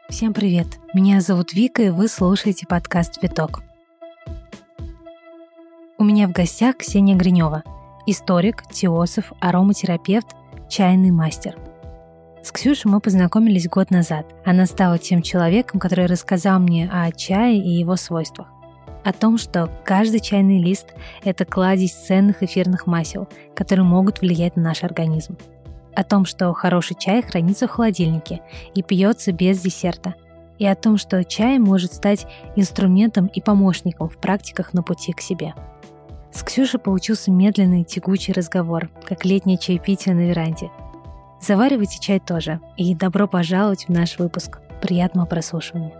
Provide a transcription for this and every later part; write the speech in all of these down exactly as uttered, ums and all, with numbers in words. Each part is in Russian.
Всем привет! Меня зовут Вика, и вы слушаете подкаст «Виток». У меня в гостях Ксения Гринева, историк, теософ, ароматерапевт, чайный мастер. С Ксюшей мы познакомились год назад. Она стала тем человеком, который рассказал мне о чае и его свойствах. О том, что каждый чайный лист – это кладезь ценных эфирных масел, которые могут влиять на наш организм. О том, что хороший чай хранится в холодильнике и пьется без десерта. И о том, что чай может стать инструментом и помощником в практиках на пути к себе. С Ксюшей получился медленный, тягучий разговор, как летнее чаепитие на веранде. Заваривайте чай тоже, и добро пожаловать в наш выпуск. Приятного прослушивания.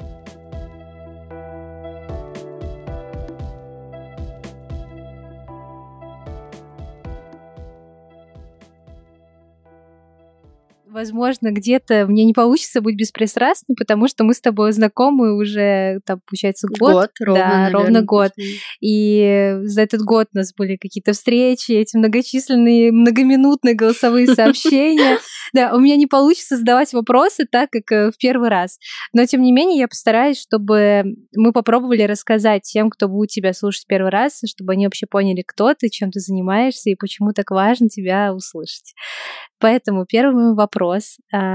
Возможно, где-то мне не получится быть беспристрастной, потому что мы с тобой знакомы уже, там, получается, год. Год, ровно, да, наверное, ровно год. точно. И за этот год у нас были какие-то встречи, эти многочисленные, многоминутные голосовые сообщения. Да, у меня не получится задавать вопросы так, как в первый раз. Но, тем не менее, я постараюсь, чтобы мы попробовали рассказать тем, кто будет тебя слушать первый раз, чтобы они вообще поняли, кто ты, чем ты занимаешься и почему так важно тебя услышать. Поэтому первый мой вопрос.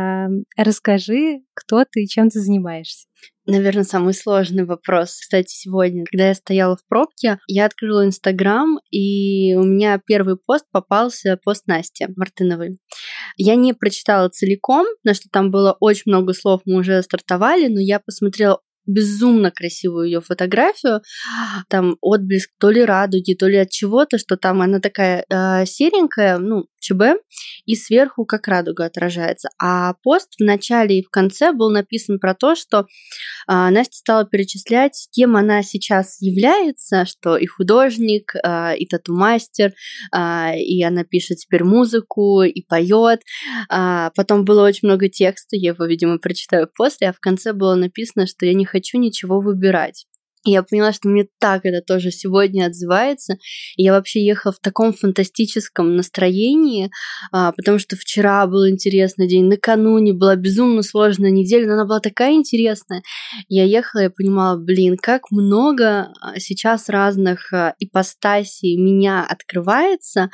Расскажи, кто ты и чем ты занимаешься. Наверное, самый сложный вопрос. Кстати, сегодня, когда я стояла в пробке, я открыла Инстаграм, и у меня первый пост попался, пост Насти Мартыновой. Я не прочитала целиком, потому что там было очень много слов, мы уже стартовали, но я посмотрела безумно красивую ее фотографию, там отблеск то ли радуги, то ли от чего-то, что там она такая э, серенькая, ну, ЧБ, и сверху как радуга отражается. А пост в начале и в конце был написан про то, что э, Настя стала перечислять, кем она сейчас является, что и художник, э, и тату-мастер, э, и она пишет теперь музыку, и поет. Э, потом было очень много текста, я его, видимо, прочитаю после, а в конце было написано, что я не хочу ничего выбирать. И я поняла, что мне так это тоже сегодня отзывается. И я вообще ехала в таком фантастическом настроении, а, потому что вчера был интересный день, накануне была безумно сложная неделя, но она была такая интересная. Я ехала, я понимала, блин, как много сейчас разных ипостасей меня открывается,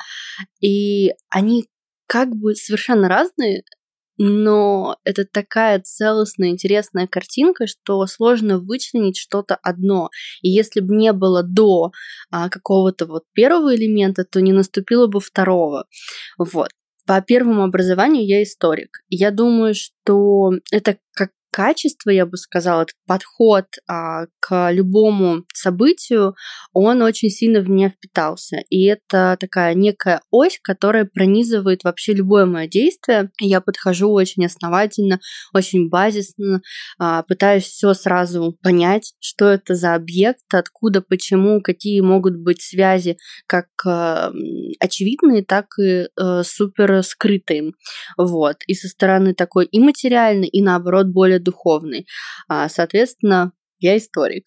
и они как бы совершенно разные, но это такая целостная, интересная картинка, что сложно вычленить что-то одно. И если бы не было до а, какого-то вот первого элемента, то не наступило бы второго. Вот. По первому образованию я историк. Я думаю, что это как качество, я бы сказала, этот подход а, к любому событию, он очень сильно в меня впитался. И это такая некая ось, которая пронизывает вообще любое мое действие. Я подхожу очень основательно, очень базисно, а, пытаюсь все сразу понять, что это за объект, откуда, почему, какие могут быть связи, как а, очевидные, так и а, супер скрытые. Вот. И со стороны такой и материальной, и наоборот более духовный. Соответственно, я историк.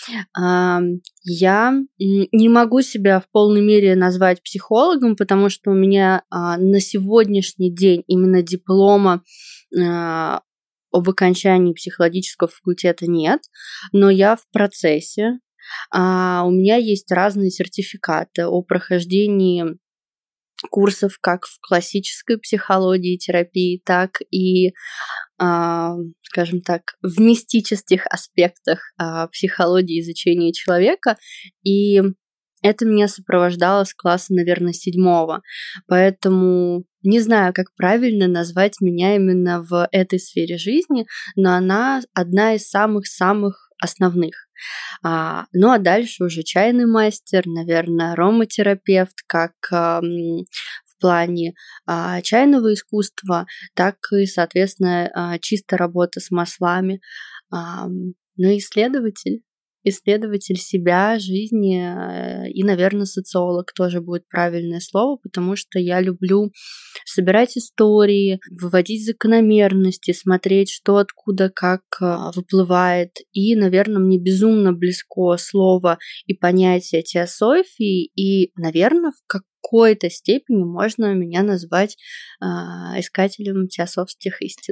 Я не могу себя в полной мере назвать психологом, потому что у меня на сегодняшний день именно диплома об окончании психологического факультета нет, но я в процессе. У меня есть разные сертификаты о прохождении курсов как в классической психологии, терапии, так и, а, скажем так, в мистических аспектах а, психологии изучения человека. И это меня сопровождало с класса, наверное, седьмого. Поэтому не знаю, как правильно назвать меня именно в этой сфере жизни, но она одна из самых-самых основных. А, ну а дальше уже чайный мастер, наверное, ароматерапевт, как а, в плане а, чайного искусства, так и, соответственно, а, чисто работа с маслами. А, ну и исследователь. Исследователь себя, жизни и, наверное, социолог тоже будет правильное слово, потому что я люблю собирать истории, выводить закономерности, смотреть, что откуда, как выплывает. И, наверное, мне безумно близко слово и понятие теософии, и, наверное, в какой-то степени можно меня назвать э, искателем теософских истин.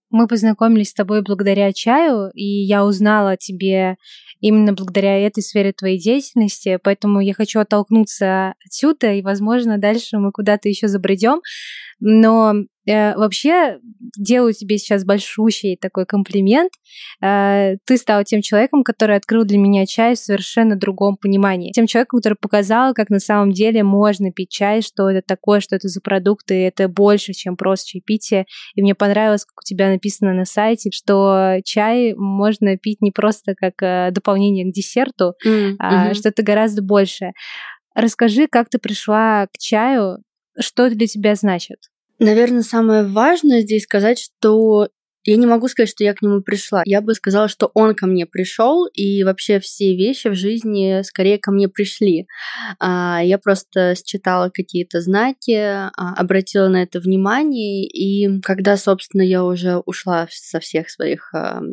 Мы познакомились с тобой благодаря чаю, и я узнала о тебе именно благодаря этой сфере твоей деятельности, поэтому я хочу оттолкнуться отсюда, и, возможно, дальше мы куда-то еще забредем. Но э, вообще делаю тебе сейчас большущий такой комплимент. Э, ты стал тем человеком, который открыл для меня чай в совершенно другом понимании. Тем человеком, который показал, как на самом деле можно пить чай, что это такое, что это за продукты, это больше, чем просто чаепитие. И мне понравилось, как у тебя написано на сайте, что чай можно пить не просто как э, дополнение к десерту, mm-hmm. а что-то гораздо большее. Расскажи, как ты пришла к чаю, что это для тебя значит? Наверное, самое важное здесь сказать, что я не могу сказать, что я к нему пришла. Я бы сказала, что он ко мне пришел, и вообще все вещи в жизни скорее ко мне пришли. Я просто считала какие-то знаки, обратила на это внимание, и когда, собственно, я уже ушла со всех своих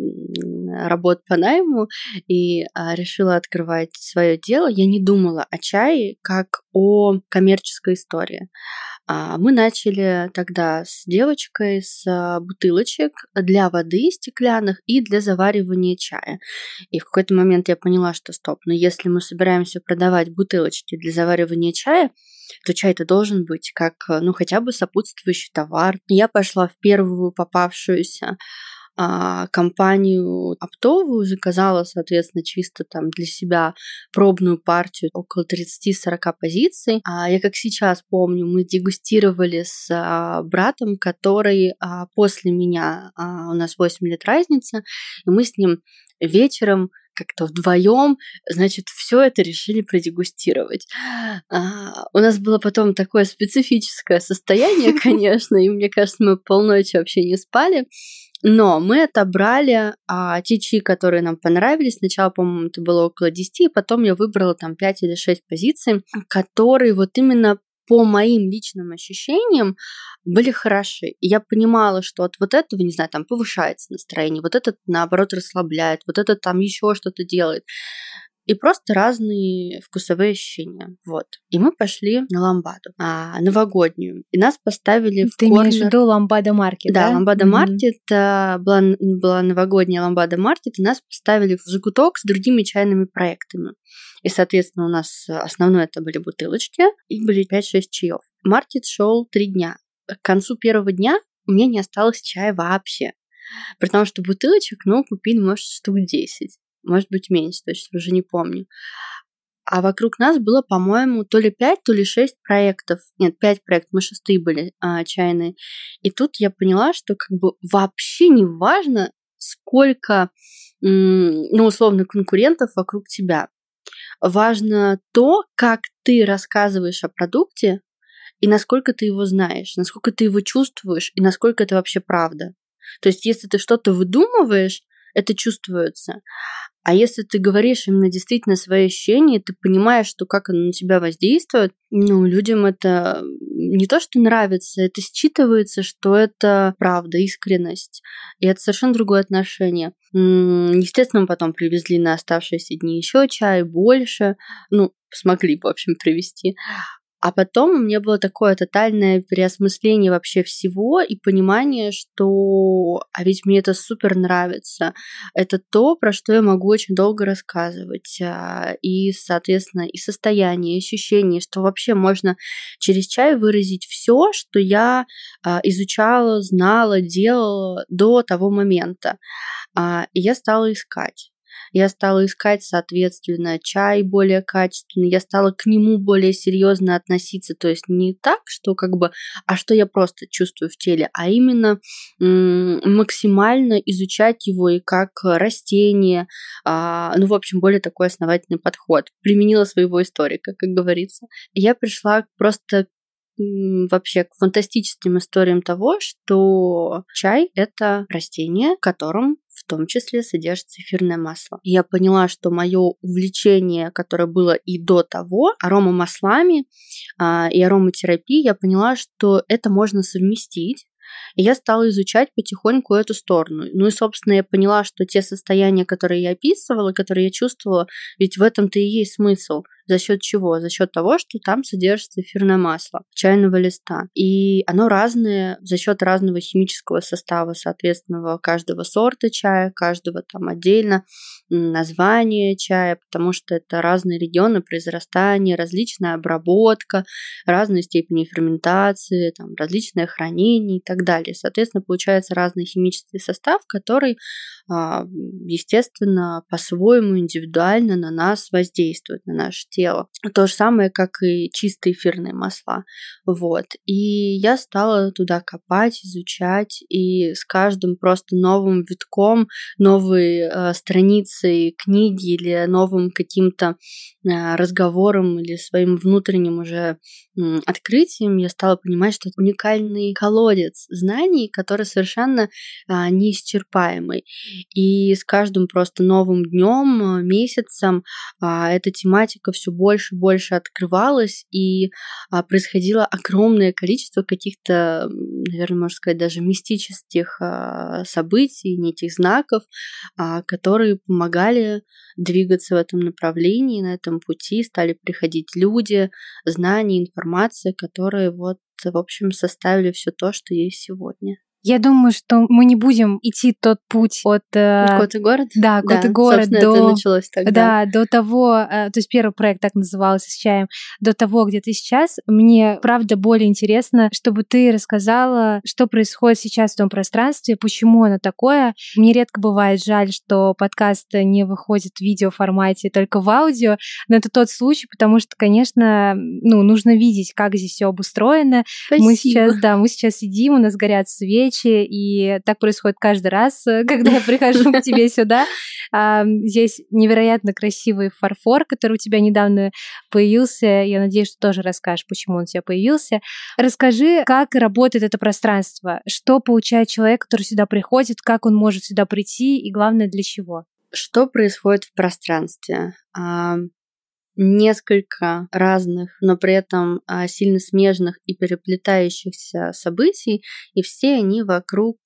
работ по найму и решила открывать свое дело, я не думала о чае как о коммерческой истории. Мы начали тогда с девочкой с бутылочек для воды стеклянных и для заваривания чая. И в какой-то момент я поняла, что стоп, но если мы собираемся продавать бутылочки для заваривания чая, то чай-то должен быть как, ну, хотя бы сопутствующий товар. Я пошла в первую попавшуюся а, компанию оптовую, заказала, соответственно, чисто там для себя пробную партию, около тридцать-сорок позиций. А я как сейчас помню, мы дегустировали с а, братом, который а, после меня, а, у нас восемь лет разница, и мы с ним вечером как-то вдвоем, значит, все это решили продегустировать. А, у нас было потом такое специфическое состояние, конечно, и мне кажется, мы полночи вообще не спали. Но мы отобрали а, те чаи, которые нам понравились. Сначала, по-моему, это было около десяти, потом я выбрала там пять или шесть позиций, которые вот именно по моим личным ощущениям были хороши. И я понимала, что от вот этого, не знаю, там повышается настроение, вот этот, наоборот, расслабляет, вот этот там еще что-то делает. И просто разные вкусовые ощущения. Вот. И мы пошли на ламбаду, а, новогоднюю. И нас поставили в Ты корнер... имеешь в виду ламбада маркет, да? Да, ламбада маркет. Mm-hmm. Была, была новогодняя ламбада маркет, и нас поставили в закуток с другими чайными проектами. И, соответственно, у нас основное это были бутылочки, их были пять-шесть чаев. Маркет шел три дня. К концу первого дня у меня не осталось чая вообще. При том, что бутылочек, ну, купили, может, штук десять. Может быть, меньше, точно уже не помню. А вокруг нас было, по-моему, то ли пять, то ли шесть проектов. Нет, пять проектов, мы шестые были а, чайные. И тут я поняла, что как бы вообще не важно, сколько, м- ну, условно, конкурентов вокруг тебя. Важно то, как ты рассказываешь о продукте и насколько ты его знаешь, насколько ты его чувствуешь и насколько это вообще правда. То есть, если ты что-то выдумываешь, это чувствуется. А если ты говоришь именно действительно свои ощущения, ты понимаешь, что как оно на тебя воздействует, ну, людям это не то, что нравится, это считывается, что это правда, искренность. И это совершенно другое отношение. Естественно, мы потом привезли на оставшиеся дни еще чай, больше. Ну, смогли, в общем, привезти. А потом у меня было такое тотальное переосмысление вообще всего и понимание, что а ведь мне это супер нравится. Это то, про что я могу очень долго рассказывать. И, соответственно, и состояние, и ощущение, что вообще можно через чай выразить все, что я изучала, знала, делала до того момента. И я стала искать. Я стала искать, соответственно, чай более качественный, я стала к нему более серьезно относиться, то есть не так, что как бы, а что я просто чувствую в теле, а именно м- максимально изучать его и как растение, а, ну, в общем, более такой основательный подход. Применила своего историка, как говорится. Я пришла просто вообще к фантастическим историям того, что чай – это растение, в котором в том числе содержится эфирное масло. И я поняла, что мое увлечение, которое было и до того, аромамаслами а, и ароматерапией, я поняла, что это можно совместить. И я стала изучать потихоньку эту сторону. Ну и, собственно, я поняла, что те состояния, которые я описывала, которые я чувствовала, ведь в этом-то и есть смысл. За счет чего? За счет того, что там содержится эфирное масло чайного листа. И оно разное за счет разного химического состава, соответственно, каждого сорта чая, каждого там отдельно название чая, потому что это разные регионы произрастания, различная обработка, разные степени ферментации, там, различное хранение и так далее. Соответственно, получается разный химический состав, который, естественно, по-своему индивидуально на нас воздействует, на наше тело. То же самое, как и чистые эфирные масла. Вот. И я стала туда копать, изучать, и с каждым просто новым витком, новой э, страницей книги или новым каким-то э, разговором или своим внутренним уже э, открытием я стала понимать, что это уникальный колодец знаний, который совершенно э, неисчерпаемый. И с каждым просто новым днем, месяцем э, эта тематика все больше и больше открывалась, и э, происходило огромное количество каких-то, наверное, можно сказать, даже мистических э, событий, нитей знаков, э, которые помогали помогали двигаться в этом направлении, на этом пути, стали приходить люди, знания, информация, которые вот, в общем, составили все то, что есть сегодня. Я думаю, что мы не будем идти тот путь от... Кот и город? Да, Кот да, и город собственно, до... это началось тогда. Да, до того... То есть первый проект так назывался с чаем. До того, где ты сейчас. Мне, правда, более интересно, чтобы ты рассказала, что происходит сейчас в том пространстве, почему оно такое. Мне редко бывает жаль, что подкаст не выходит в видеоформате, только в аудио, но это тот случай, потому что, конечно, ну, нужно видеть, как здесь все обустроено. Спасибо. Мы сейчас, да, мы сейчас сидим, у нас горят свечи, и так происходит каждый раз, когда я прихожу к тебе сюда. Здесь невероятно красивый фарфор, который у тебя недавно появился. Я надеюсь, что тоже расскажешь, почему он у тебя появился. Расскажи, как работает это пространство, что получает человек, который сюда приходит, как он может сюда прийти, и главное, для чего? Что происходит в пространстве? Несколько разных, но при этом сильно смежных и переплетающихся событий, и все они вокруг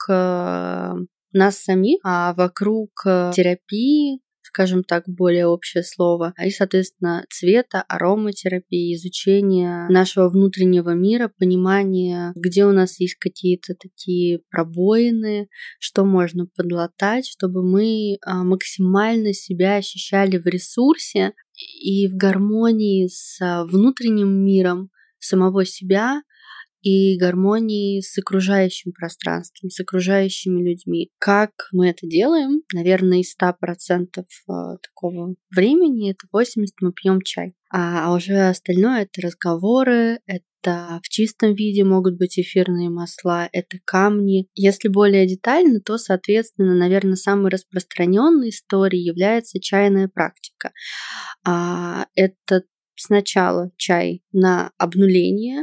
нас самих, а вокруг терапии, скажем так, более общее слово, и, соответственно, цвета, ароматерапии, изучение нашего внутреннего мира, понимание, где у нас есть какие-то такие пробоины, что можно подлатать, чтобы мы максимально себя ощущали в ресурсе и в гармонии с внутренним миром самого себя и гармонии с окружающим пространством, с окружающими людьми. Как мы это делаем? Наверное, из ста процентов такого времени, это восемьдесят мы пьем чай. А уже остальное — это разговоры, это в чистом виде могут быть эфирные масла, это камни. Если более детально, то, соответственно, наверное, самой распространенной историей является чайная практика. Это сначала чай на обнуление,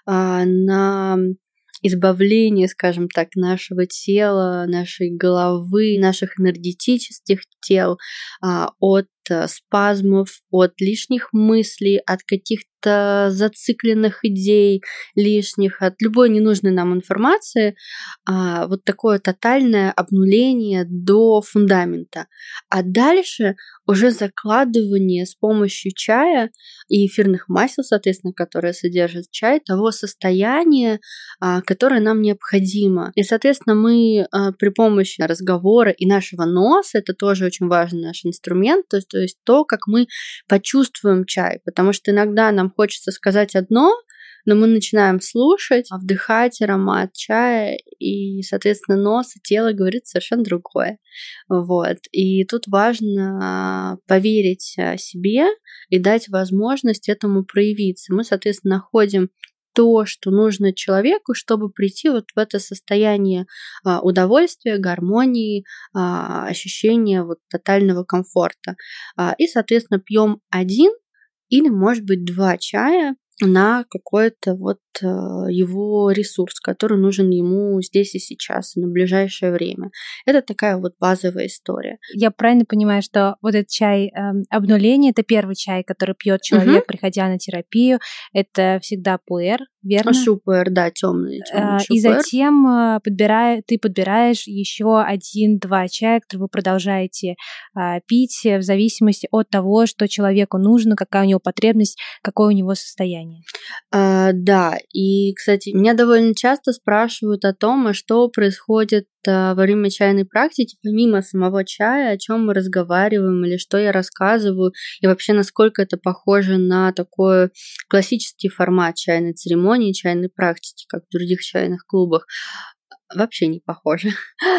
на избавление, скажем так, нашего тела, нашей головы, наших энергетических тел от спазмов, от лишних мыслей, от каких-то зацикленных идей лишних, от любой ненужной нам информации. Вот такое тотальное обнуление до фундамента. А дальше уже закладывание с помощью чая и эфирных масел, соответственно, которые содержат чай, того состояния, которое нам необходимо. И, соответственно, мы при помощи разговора и нашего носа, это тоже очень важный наш инструмент, то есть, то есть то, как мы почувствуем чай, потому что иногда нам хочется сказать одно, но мы начинаем слушать, вдыхать аромат чая, и, соответственно, нос и тело говорит совершенно другое. Вот. И тут важно поверить себе и дать возможность этому проявиться. Мы, соответственно, находим то, что нужно человеку, чтобы прийти вот в это состояние а, удовольствия, гармонии, а, ощущения вот тотального комфорта. А, и, соответственно, пьем один или, может быть, два чая на какое-то вот его ресурс, который нужен ему здесь и сейчас, на ближайшее время. Это такая вот базовая история. Я правильно понимаю, что вот этот чай э, обнуления — это первый чай, который пьет человек, угу. приходя на терапию. Это всегда пуэр, верно? Шупуэр, да, темный. темный И затем подбирая, ты подбираешь еще один-два чая, которые вы продолжаете а, пить в зависимости от того, что человеку нужно, какая у него потребность, какое у него состояние. А, да, и, кстати, меня довольно часто спрашивают о том, что происходит во время чайной практики, помимо самого чая, о чем мы разговариваем или что я рассказываю, и вообще насколько это похоже на такой классический формат чайной церемонии, чайной практики, как в других чайных клубах. Вообще не похоже.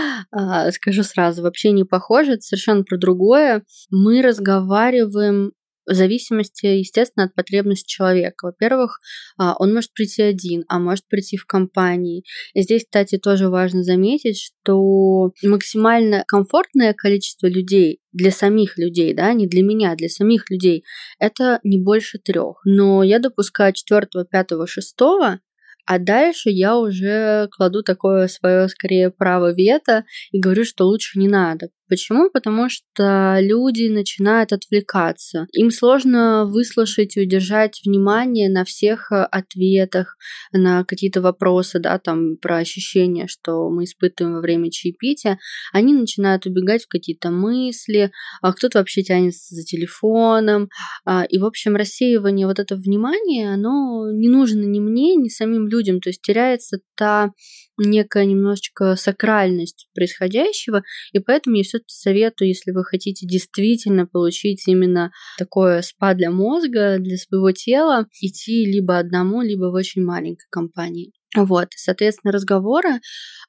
Скажу сразу, вообще не похоже, это совершенно про другое. Мы разговариваем в зависимости, естественно, от потребностей человека. Во-первых, он может прийти один, а может прийти в компании. И здесь, кстати, тоже важно заметить, что максимально комфортное количество людей для самих людей, да, не для меня, для самих людей, это не больше трех. Но я допускаю четвертого, пятого, шестого, а дальше я уже кладу такое свое, скорее, право вето и говорю, что лучше не надо. Почему? Потому что люди начинают отвлекаться. Им сложно выслушать и удержать внимание на всех ответах, на какие-то вопросы, да, там, про ощущения, что мы испытываем во время чаепития. Они начинают убегать в какие-то мысли, а кто-то вообще тянется за телефоном. И, в общем, рассеивание вот этого внимания, оно не нужно ни мне, ни самим людям. То есть теряется та некая немножечко сакральность происходящего, и поэтому я все-таки советую, если вы хотите действительно получить именно такое спа для мозга, для своего тела, идти либо одному, либо в очень маленькой компании. Вот, соответственно, разговоры,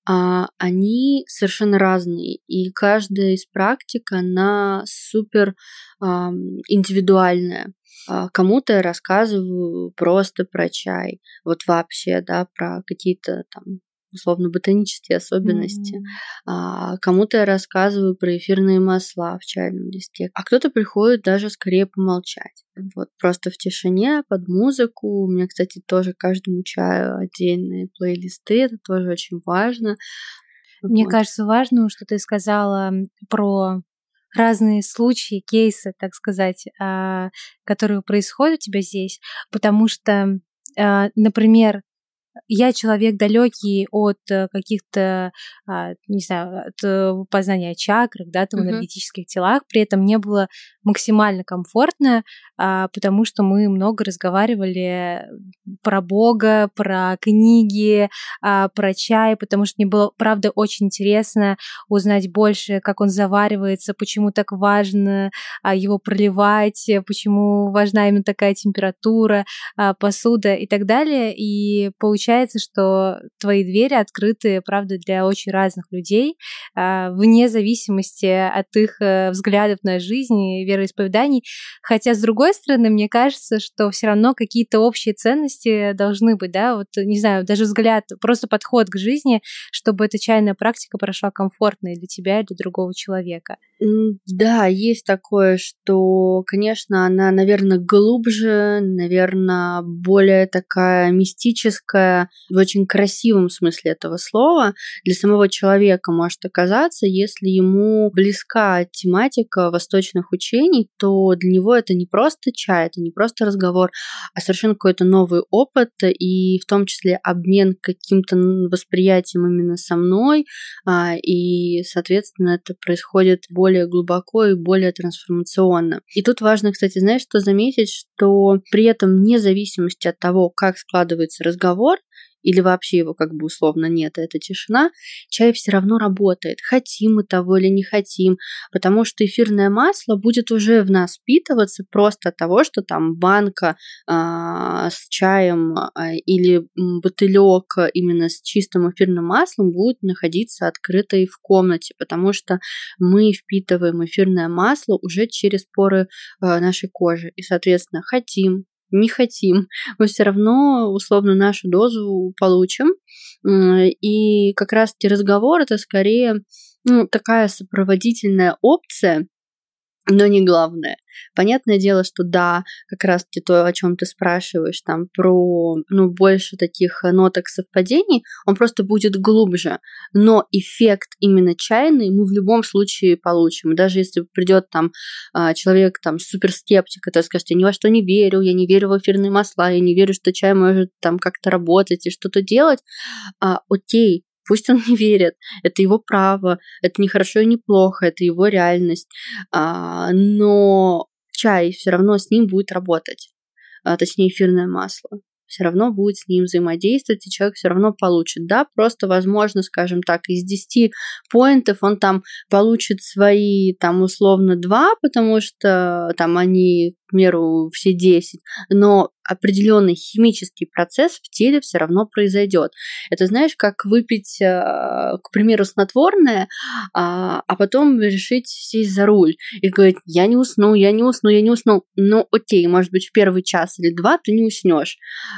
а, они совершенно разные, и каждая из практик, она супер а, индивидуальная. Кому-то я рассказываю просто про чай, вот вообще, да, про какие-то там условно ботанические особенности. Mm-hmm. А, кому-то я рассказываю про эфирные масла в чайном листе, а кто-то приходит даже скорее помолчать. Вот просто в тишине, под музыку. У меня, кстати, тоже каждому чаю отдельные плейлисты, это тоже очень важно. Мне вот. кажется, важно, что ты сказала про разные случаи, кейсы, так сказать, которые происходят у тебя здесь, потому что, например, я человек далекий от каких-то, не знаю, от познания чакр, да, там, uh-huh. энергетических телах, при этом мне было максимально комфортно, потому что мы много разговаривали про Бога, про книги, про чай, потому что мне было, правда, очень интересно узнать больше, как он заваривается, почему так важно его проливать, почему важна именно такая температура, посуда и так далее. И получается, что твои двери открыты, правда, для очень разных людей, вне зависимости от их взглядов на жизнь и вероисповеданий. Хотя, с другой стороны, мне кажется, что все равно какие-то общие ценности должны быть, да, вот, не знаю, даже взгляд, просто подход к жизни, чтобы эта чайная практика прошла комфортно и для тебя, и для другого человека. Да, есть такое, что, конечно, она, наверное, глубже, наверное, более такая мистическая, в очень красивом смысле этого слова, для самого человека может оказаться, если ему близка тематика восточных учений, то для него это не просто чай, это не просто разговор, а совершенно какой-то новый опыт, и в том числе обмен каким-то восприятием именно со мной, и, соответственно, это происходит более глубоко и более трансформационно. И тут важно, кстати, знаешь, что заметить, что при этом вне зависимости от того, как складывается разговор, или вообще его как бы условно нет, а это тишина, чай все равно работает, хотим мы того или не хотим, потому что эфирное масло будет уже в нас впитываться просто от того, что там банка а, с чаем а, или бутылек именно с чистым эфирным маслом будет находиться открытой в комнате, потому что мы впитываем эфирное масло уже через поры а, нашей кожи, и, соответственно, хотим, не хотим, мы все равно условно нашу дозу получим. И как раз-таки разговор — это скорее ну, такая сопроводительная опция, но не главное. Понятное дело, что да, как раз-таки то, о чем ты спрашиваешь, там про, ну, больше таких ноток совпадений, он просто будет глубже. Но эффект именно чайный мы в любом случае получим. Даже если придет там человек, там, суперскептик, который скажет: я ни во что не верю, я не верю в эфирные масла, я не верю, что чай может там как-то работать и что-то делать, а, окей, пусть он не верит, это его право, это не хорошо и не плохо, это его реальность, а, но чай все равно с ним будет работать, а, точнее эфирное масло все равно будет с ним взаимодействовать, и человек все равно получит. Да, просто, возможно, скажем так, из десяти поинтов он там получит свои, там, условно, два, потому что там они, к примеру, все десять, но определенный химический процесс в теле все равно произойдет. Это, знаешь, как выпить, к примеру, снотворное, а потом решить сесть за руль и говорить: я не усну, я не усну, я не усну. Ну, окей, может быть, в первый час или два ты не уснешь,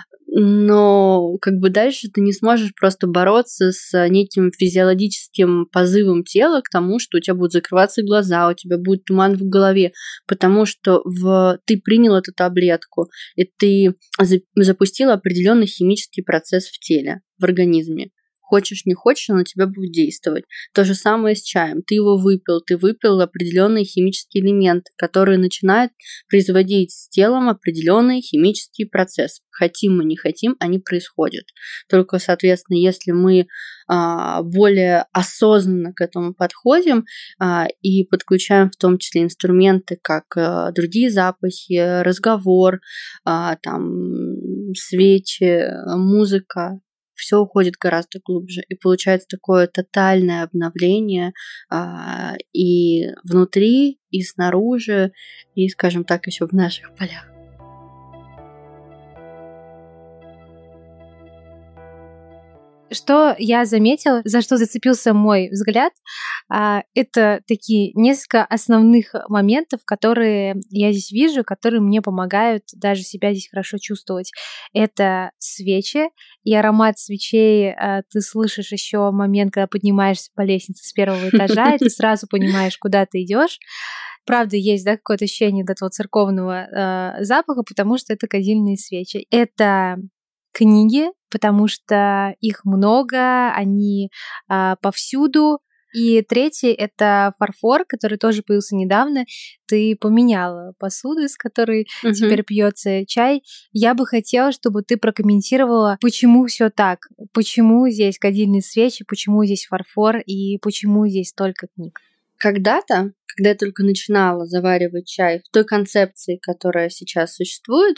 но как бы дальше ты не сможешь просто бороться с неким физиологическим позывом тела к тому, что у тебя будут закрываться глаза, у тебя будет туман в голове, потому что в... ты принял эту таблетку, и ты запустил определенный химический процесс в теле, в организме. Хочешь, не хочешь, он на тебя будет действовать. То же самое с чаем. Ты его выпил, ты выпил определенные химические элементы, которые начинают производить с телом определенный химический процесс. Хотим мы, не хотим, они происходят. Только, соответственно, если мы а, более осознанно к этому подходим а, и подключаем в том числе инструменты, как а, другие запахи, разговор, а, там, свечи, музыка, все уходит гораздо глубже, и получается такое тотальное обновление а, и внутри, и снаружи, и, скажем так, еще в наших полях. Что я заметила, за что зацепился мой взгляд, это такие несколько основных моментов, которые я здесь вижу, которые мне помогают даже себя здесь хорошо чувствовать. Это свечи, и аромат свечей ты слышишь еще момент, когда поднимаешься по лестнице с первого этажа, и ты сразу понимаешь, куда ты идешь. Правда, есть, да, какое-то ощущение этого церковного запаха, потому что это кадильные свечи. Это книги, потому что их много, они а, повсюду. И третий — это фарфор, который тоже появился недавно. Ты поменяла посуду, из которой uh-huh. теперь пьется чай. Я бы хотела, чтобы ты прокомментировала, почему все так, почему здесь кадильные свечи, почему здесь фарфор и почему здесь столько книг. Когда-то, когда я только начинала заваривать чай в той концепции, которая сейчас существует,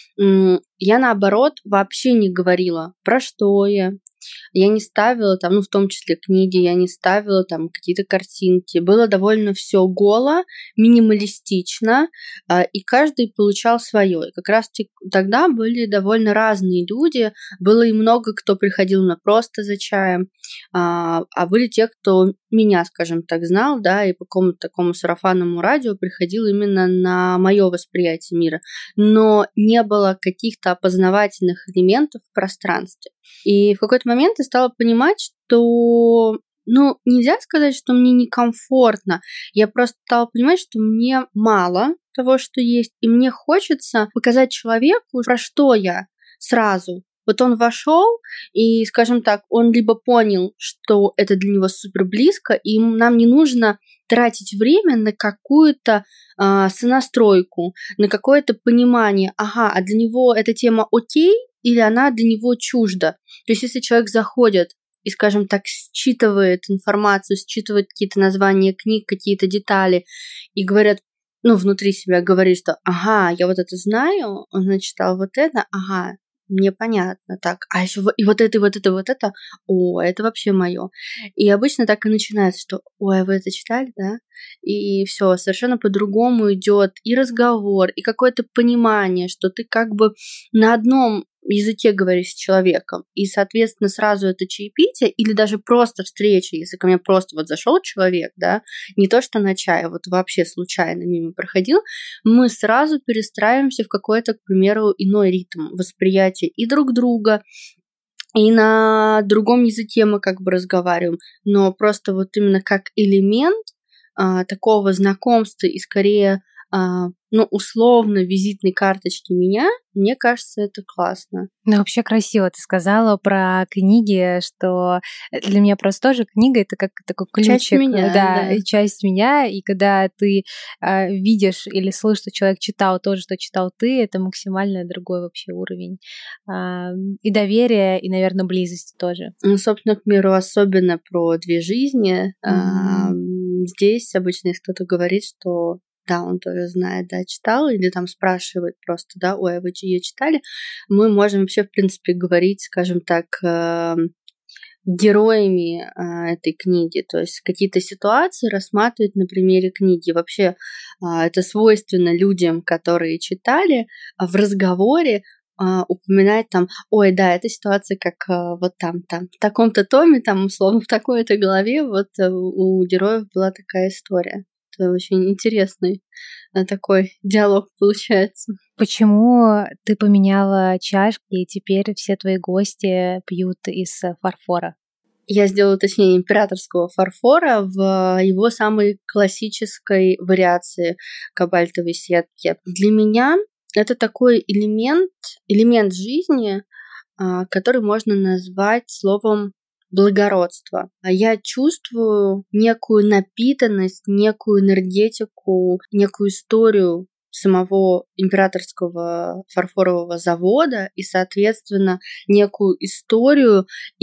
я, наоборот, вообще не говорила, про что я. Я не ставила там, ну, в том числе книги, я не ставила там какие-то картинки. Было довольно все голо, минималистично, и каждый получал свое. И как раз тогда были довольно разные люди. Было и много, кто приходил на просто за чаем, а были те, кто меня, скажем так, знал, да, и по какому-то такому сарафанному радио приходил именно на мое восприятие мира. Но не было каких-то опознавательных элементов в пространстве. И в какой-то момент я стала понимать, что, ну, нельзя сказать, что мне некомфортно. Я просто стала понимать, что мне мало того, что есть, и мне хочется показать человеку, про что я сразу. Вот он вошел, и, скажем так, он либо понял, что это для него супер близко, и нам не нужно тратить время на какую-то э, сонастройку, на какое-то понимание, ага, а для него эта тема окей, или она для него чужда. То есть если человек заходит и, скажем так, считывает информацию, считывает какие-то названия книг, какие-то детали, и говорят, ну, внутри себя говорит, что ага, я вот это знаю, он начитал вот это, ага, мне понятно, так, а еще и вот это, и вот это, и вот это, о, это вообще мое. И обычно так и начинается, что, ой, вы это читали, да? И все, совершенно по-другому идет и разговор, и какое-то понимание, что ты как бы на одном языке говоришь с человеком, и, соответственно, сразу это чаепитие или даже просто встреча, если ко мне просто вот зашел человек, да, не то что на чай, а вот вообще случайно мимо проходил, мы сразу перестраиваемся в какой-то, к примеру, иной ритм восприятия и друг друга, и на другом языке мы как бы разговариваем, но просто вот именно как элемент а, такого знакомства и скорее, а, ну, условно, визитной карточки меня, мне кажется, это классно. Ну, вообще красиво ты сказала про книги, что для меня просто тоже книга — это как такой ключик. Часть меня, да, да. и часть меня, и когда ты э, видишь или слышишь, что человек читал то же, что читал ты, это максимально другой вообще уровень. А, и доверия, и, наверное, близости тоже. Ну, собственно, к миру, особенно про две жизни. Mm-hmm. А, здесь обычно, если кто-то говорит, что да, он тоже знает, да, читал, или там спрашивает просто, да, ой, а вы ее читали, мы можем вообще, в принципе, говорить, скажем так, э, героями э, этой книги, то есть какие-то ситуации рассматривать на примере книги. Вообще э, это свойственно людям, которые читали, в разговоре Uh, упоминать там, ой, да, эта ситуация как uh, вот там, там, в таком-то томе, там, условно, в такой-то главе, вот uh, у героев была такая история. Это очень интересный uh, такой диалог получается. Почему ты поменяла чашки, и теперь все твои гости пьют из фарфора? Я сделала уточнение императорского фарфора в его самой классической вариации кобальтовой сетки. Для меня это такой элемент, элемент жизни, который можно назвать словом благородство. А я чувствую некую напитанность, некую энергетику, некую историю самого императорского фарфорового завода и, соответственно, некую историю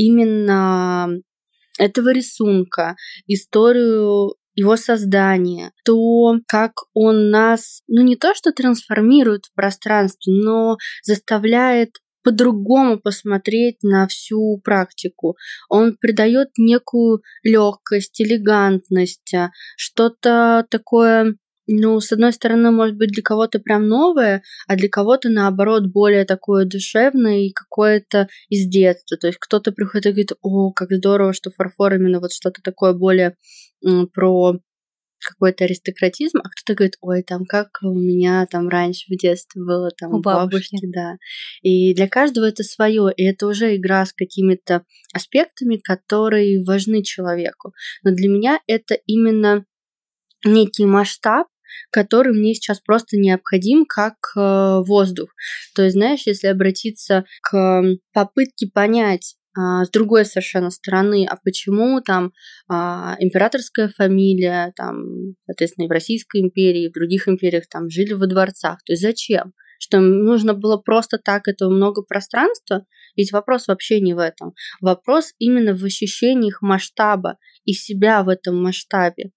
именно этого рисунка, историю его создание, то, как он нас, ну не то что трансформирует в пространстве, но заставляет по-другому посмотреть на всю практику. Он придает некую легкость, элегантность, что-то такое, ну, с одной стороны, может быть, для кого-то прям новое, а для кого-то, наоборот, более такое душевное и какое-то из детства. То есть кто-то приходит и говорит, о, как здорово, что фарфор именно вот что-то такое более про какой-то аристократизм, а кто-то говорит, ой, там как у меня там раньше в детстве было, там у бабушки, бабушки, да. И для каждого это свое, и это уже игра с какими-то аспектами, которые важны человеку. Но для меня это именно некий масштаб, который мне сейчас просто необходим как э, воздух. То есть, знаешь, если обратиться к попытке понять, с другой совершенно стороны, а почему там а, императорская фамилия, там, соответственно, и в Российской империи, и в других империях там жили во дворцах. То есть зачем? Что нужно было просто так, этого много пространства? Ведь вопрос вообще не в этом. Вопрос именно в ощущениях масштаба и себя в этом масштабе.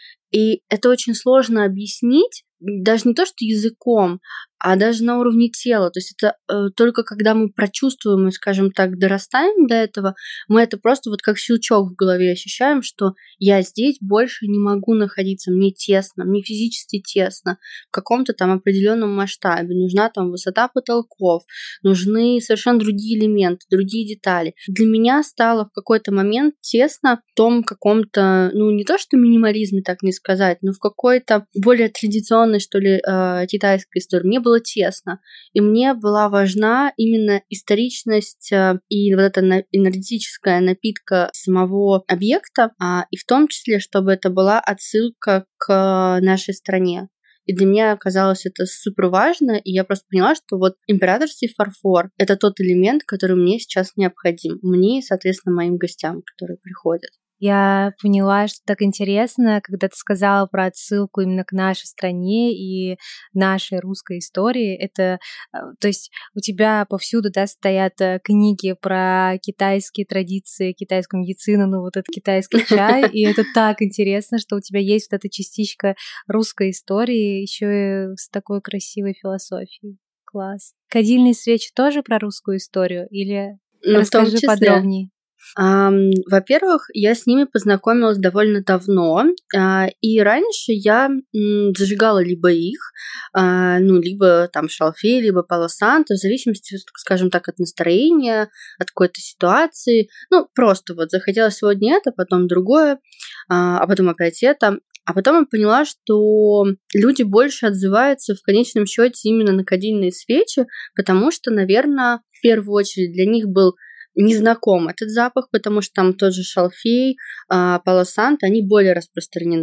И это очень сложно объяснить, даже не то, что языком, а даже на уровне тела. То есть это э, только когда мы прочувствуем и, скажем так, дорастаем до этого, мы это просто вот как щелчок в голове ощущаем, что я здесь больше не могу находиться, мне тесно, мне физически тесно в каком-то там определенном масштабе. Нужна там высота потолков, нужны совершенно другие элементы, другие детали. Для меня стало в какой-то момент тесно в том каком-то, ну не то, что минимализме, так не сказать, но в какой-то более традиционной, что ли, э, китайской истории. Мне было тесно, и мне была важна именно историчность и вот эта энергетическая напитка самого объекта, и в том числе, чтобы это была отсылка к нашей стране. И для меня оказалось это супер важно, и я просто поняла, что вот императорский фарфор — это тот элемент, который мне сейчас необходим, мне и, соответственно, моим гостям, которые приходят. Я поняла, что так интересно, когда ты сказала про отсылку именно к нашей стране и нашей русской истории. Это, то есть у тебя повсюду, да, стоят книги про китайские традиции, китайскую медицину, ну вот этот китайский чай, и это так интересно, что у тебя есть вот эта частичка русской истории еще и с такой красивой философией. Класс. Кадильные свечи тоже про русскую историю или ну, расскажи в том числе. подробнее? Um, во-первых, я с ними познакомилась довольно давно, uh, и раньше я м, зажигала либо их, uh, ну, либо там шалфей, либо пало-санто, в зависимости, скажем так, от настроения, от какой-то ситуации. Ну, просто вот захотела сегодня это, потом другое, uh, а потом опять это. А потом я поняла, что люди больше отзываются в конечном счете именно на кадильные свечи, потому что, наверное, в первую очередь для них был незнаком этот запах, потому что там тот же шалфей, пало-санто, они более распространены.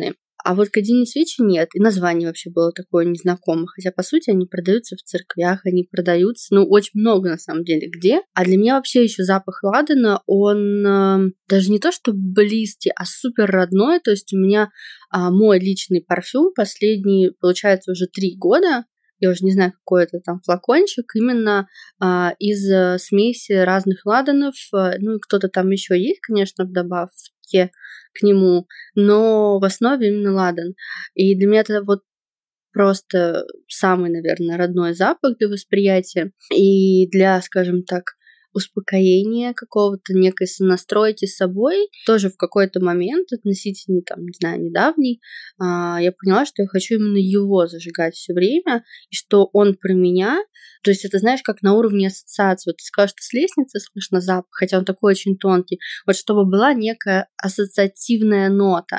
А вот кадильные свечи нет. И название вообще было такое незнакомое. Хотя, по сути, они продаются в церквях, они продаются, ну, очень много на самом деле где. А для меня вообще еще запах ладана, он э, даже не то, что близкий, а супер родной. То есть у меня э, мой личный парфюм последний, получается, уже три года. Я уже не знаю, какой это там флакончик, именно а, из а, смеси разных ладанов, а, ну и кто-то там еще есть, конечно, в добавке к нему, но в основе именно ладан. И для меня это вот просто самый, наверное, родной запах для восприятия и для, скажем так, успокоения какого-то, некой сонастройки с собой. Тоже в какой-то момент, относительно, там, не знаю, недавний, я поняла, что я хочу именно его зажигать все время, и что он про меня. То есть это, знаешь, как на уровне ассоциации. Вот ты сказала, что с лестницы слышно запах, хотя он такой очень тонкий. Вот чтобы была некая ассоциативная нота.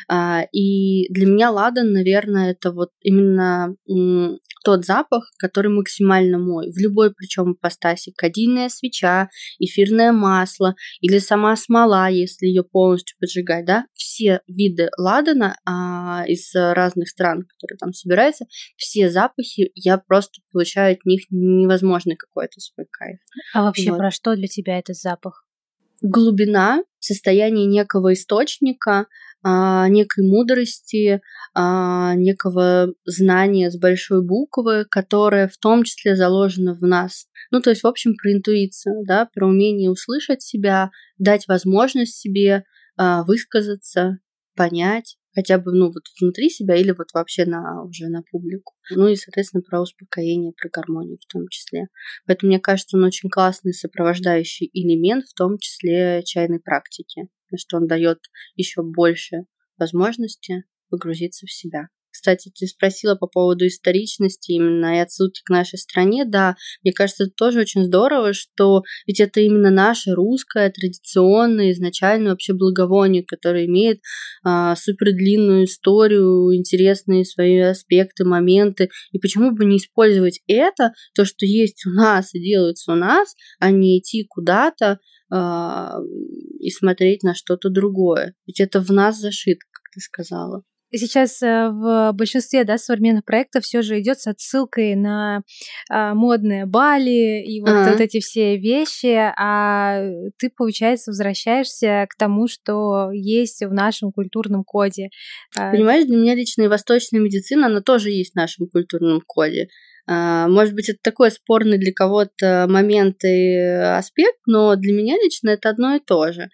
И для меня ладан, наверное, это вот именно тот запах, который максимально мой. В любой, причем ипостаси. Кадильная свеча, эфирное масло или сама смола, если ее полностью поджигать, да, все виды ладана а, из разных стран, которые там собираются, все запахи, я просто получаю от них невозможный какой-то свой кайф. А вообще вот. Про что для тебя этот запах? Глубина, состояние некого источника, а, некой мудрости, а, некого знания с большой буквы, которое в том числе заложено в нас. Ну, то есть, в общем, про интуицию, да, про умение услышать себя, дать возможность себе а, высказаться, понять, хотя бы, ну, вот внутри себя или вот вообще на, уже на публику. Ну и, соответственно, про успокоение, про гармонию в том числе. Поэтому, мне кажется, он очень классный сопровождающий элемент, в том числе чайной практики, что он дает еще больше возможности погрузиться в себя. Кстати, ты спросила по поводу историчности именно и отсылки к нашей стране. Да, мне кажется, это тоже очень здорово, что ведь это именно наше русское, традиционное, изначально вообще благовоние, которое имеет а, супер длинную историю, интересные свои аспекты, моменты. И почему бы не использовать это, то, что есть у нас и делается у нас, а не идти куда-то а, и смотреть на что-то другое. Ведь это в нас зашито, как ты сказала. Сейчас в большинстве, да, современных проектов все же идет с отсылкой на а, модные Бали и вот, А-а. вот эти все вещи, а ты, получается, возвращаешься к тому, что есть в нашем культурном коде. Понимаешь, для меня лично и восточная медицина, она тоже есть в нашем культурном коде. Может быть, это такой спорный для кого-то момент и аспект, но для меня лично это одно и то же.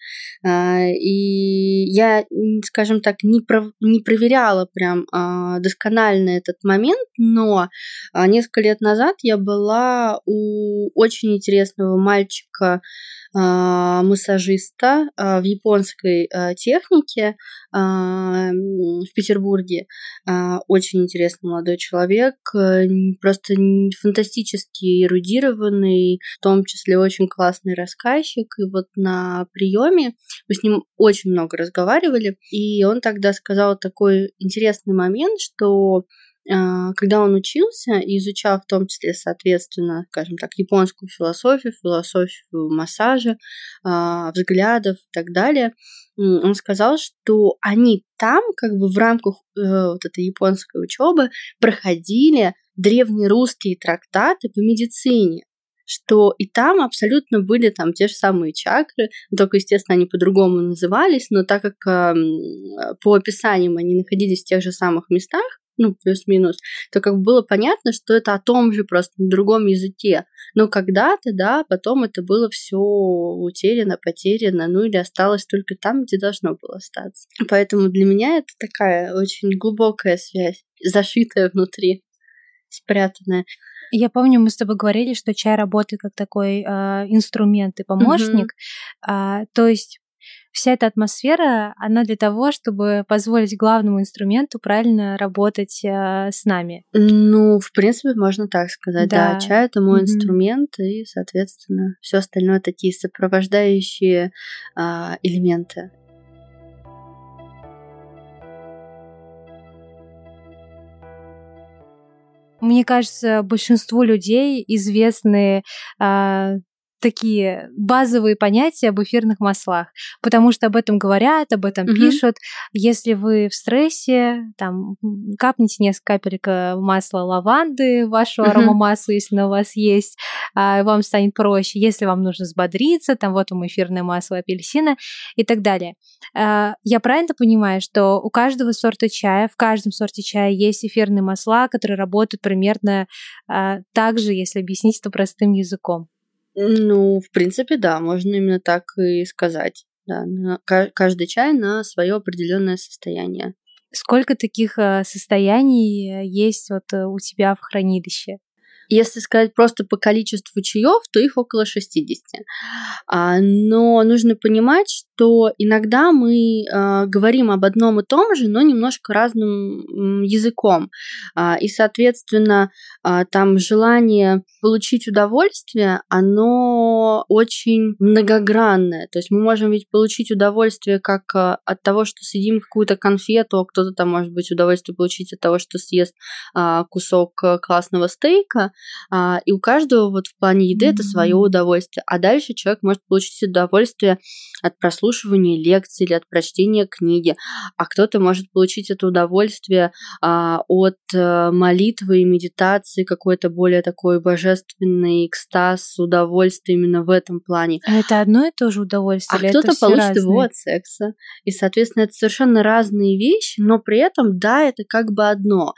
И я, скажем так, не, пров... не проверяла прям досконально этот момент, но несколько лет назад я была у очень интересного мальчика, массажиста в японской технике в Петербурге. Очень интересный молодой человек, просто фантастически эрудированный, в том числе очень классный рассказчик. И вот на приеме мы с ним очень много разговаривали, и он тогда сказал такой интересный момент, что когда он учился и изучал в том числе, соответственно, скажем так, японскую философию, философию массажа, взглядов и так далее, он сказал, что они там, как бы в рамках вот этой японской учебы, проходили древнерусские трактаты по медицине, что и там абсолютно были там те же самые чакры, только, естественно, они по-другому назывались, но так как э, по описаниям они находились в тех же самых местах, ну, плюс-минус, то как бы было понятно, что это о том же, просто на другом языке. Но когда-то, да, потом это было все утеряно, потеряно, ну или осталось только там, где должно было остаться. Поэтому для меня это такая очень глубокая связь, зашитая внутри, спрятанная. Я помню, мы с тобой говорили, что чай работает как такой э, инструмент и помощник. Mm-hmm. Э, то есть вся эта атмосфера, она для того, чтобы позволить главному инструменту правильно работать э, с нами. Ну, в принципе, можно так сказать. Да, да, чай — это мой mm-hmm. инструмент, и, соответственно, все остальное такие сопровождающие э, элементы. Мне кажется, большинству людей известны э, такие базовые понятия об эфирных маслах, потому что об этом говорят, об этом Мгм. пишут. Если вы в стрессе, там, капните несколько капелек э, масла лаванды в вашу Мгм. аромамассу, если она у вас есть, а, вам станет проще. Если вам нужно взбодриться, там вот вам эфирное масло апельсина и так далее. А, Я правильно понимаю, что у каждого сорта чая, в каждом сорте чая есть эфирные масла, которые работают примерно а, так же, если объяснить это простым языком? Ну, в принципе, да, можно именно так и сказать. Да, на ка- каждый чай на свое определенное состояние. Сколько таких э, состояний э, есть вот э, у тебя в хранилище? Если сказать просто по количеству чаев, то их около шестидесяти. А, Но нужно понимать, что иногда мы а, говорим об одном и том же, но немножко разным м, языком. А, И, соответственно, а, там желание получить удовольствие, оно очень многогранное. То есть мы можем ведь получить удовольствие как а, от того, что съедим какую-то конфету, а кто-то там может быть удовольствие получить от того, что съест а, кусок а, классного стейка. А, И у каждого вот в плане еды это свое удовольствие. А дальше человек может получить удовольствие от прослушивания лекций или от прочтения книги. А кто-то может получить это удовольствие а, от э, молитвы и медитации, какой-то более такой божественный экстаз, удовольствие именно в этом плане. А это одно и то же А удовольствие, или это кто-то все получит его разные? от секса. И, соответственно, это совершенно разные вещи, но при этом, да, это как бы одно.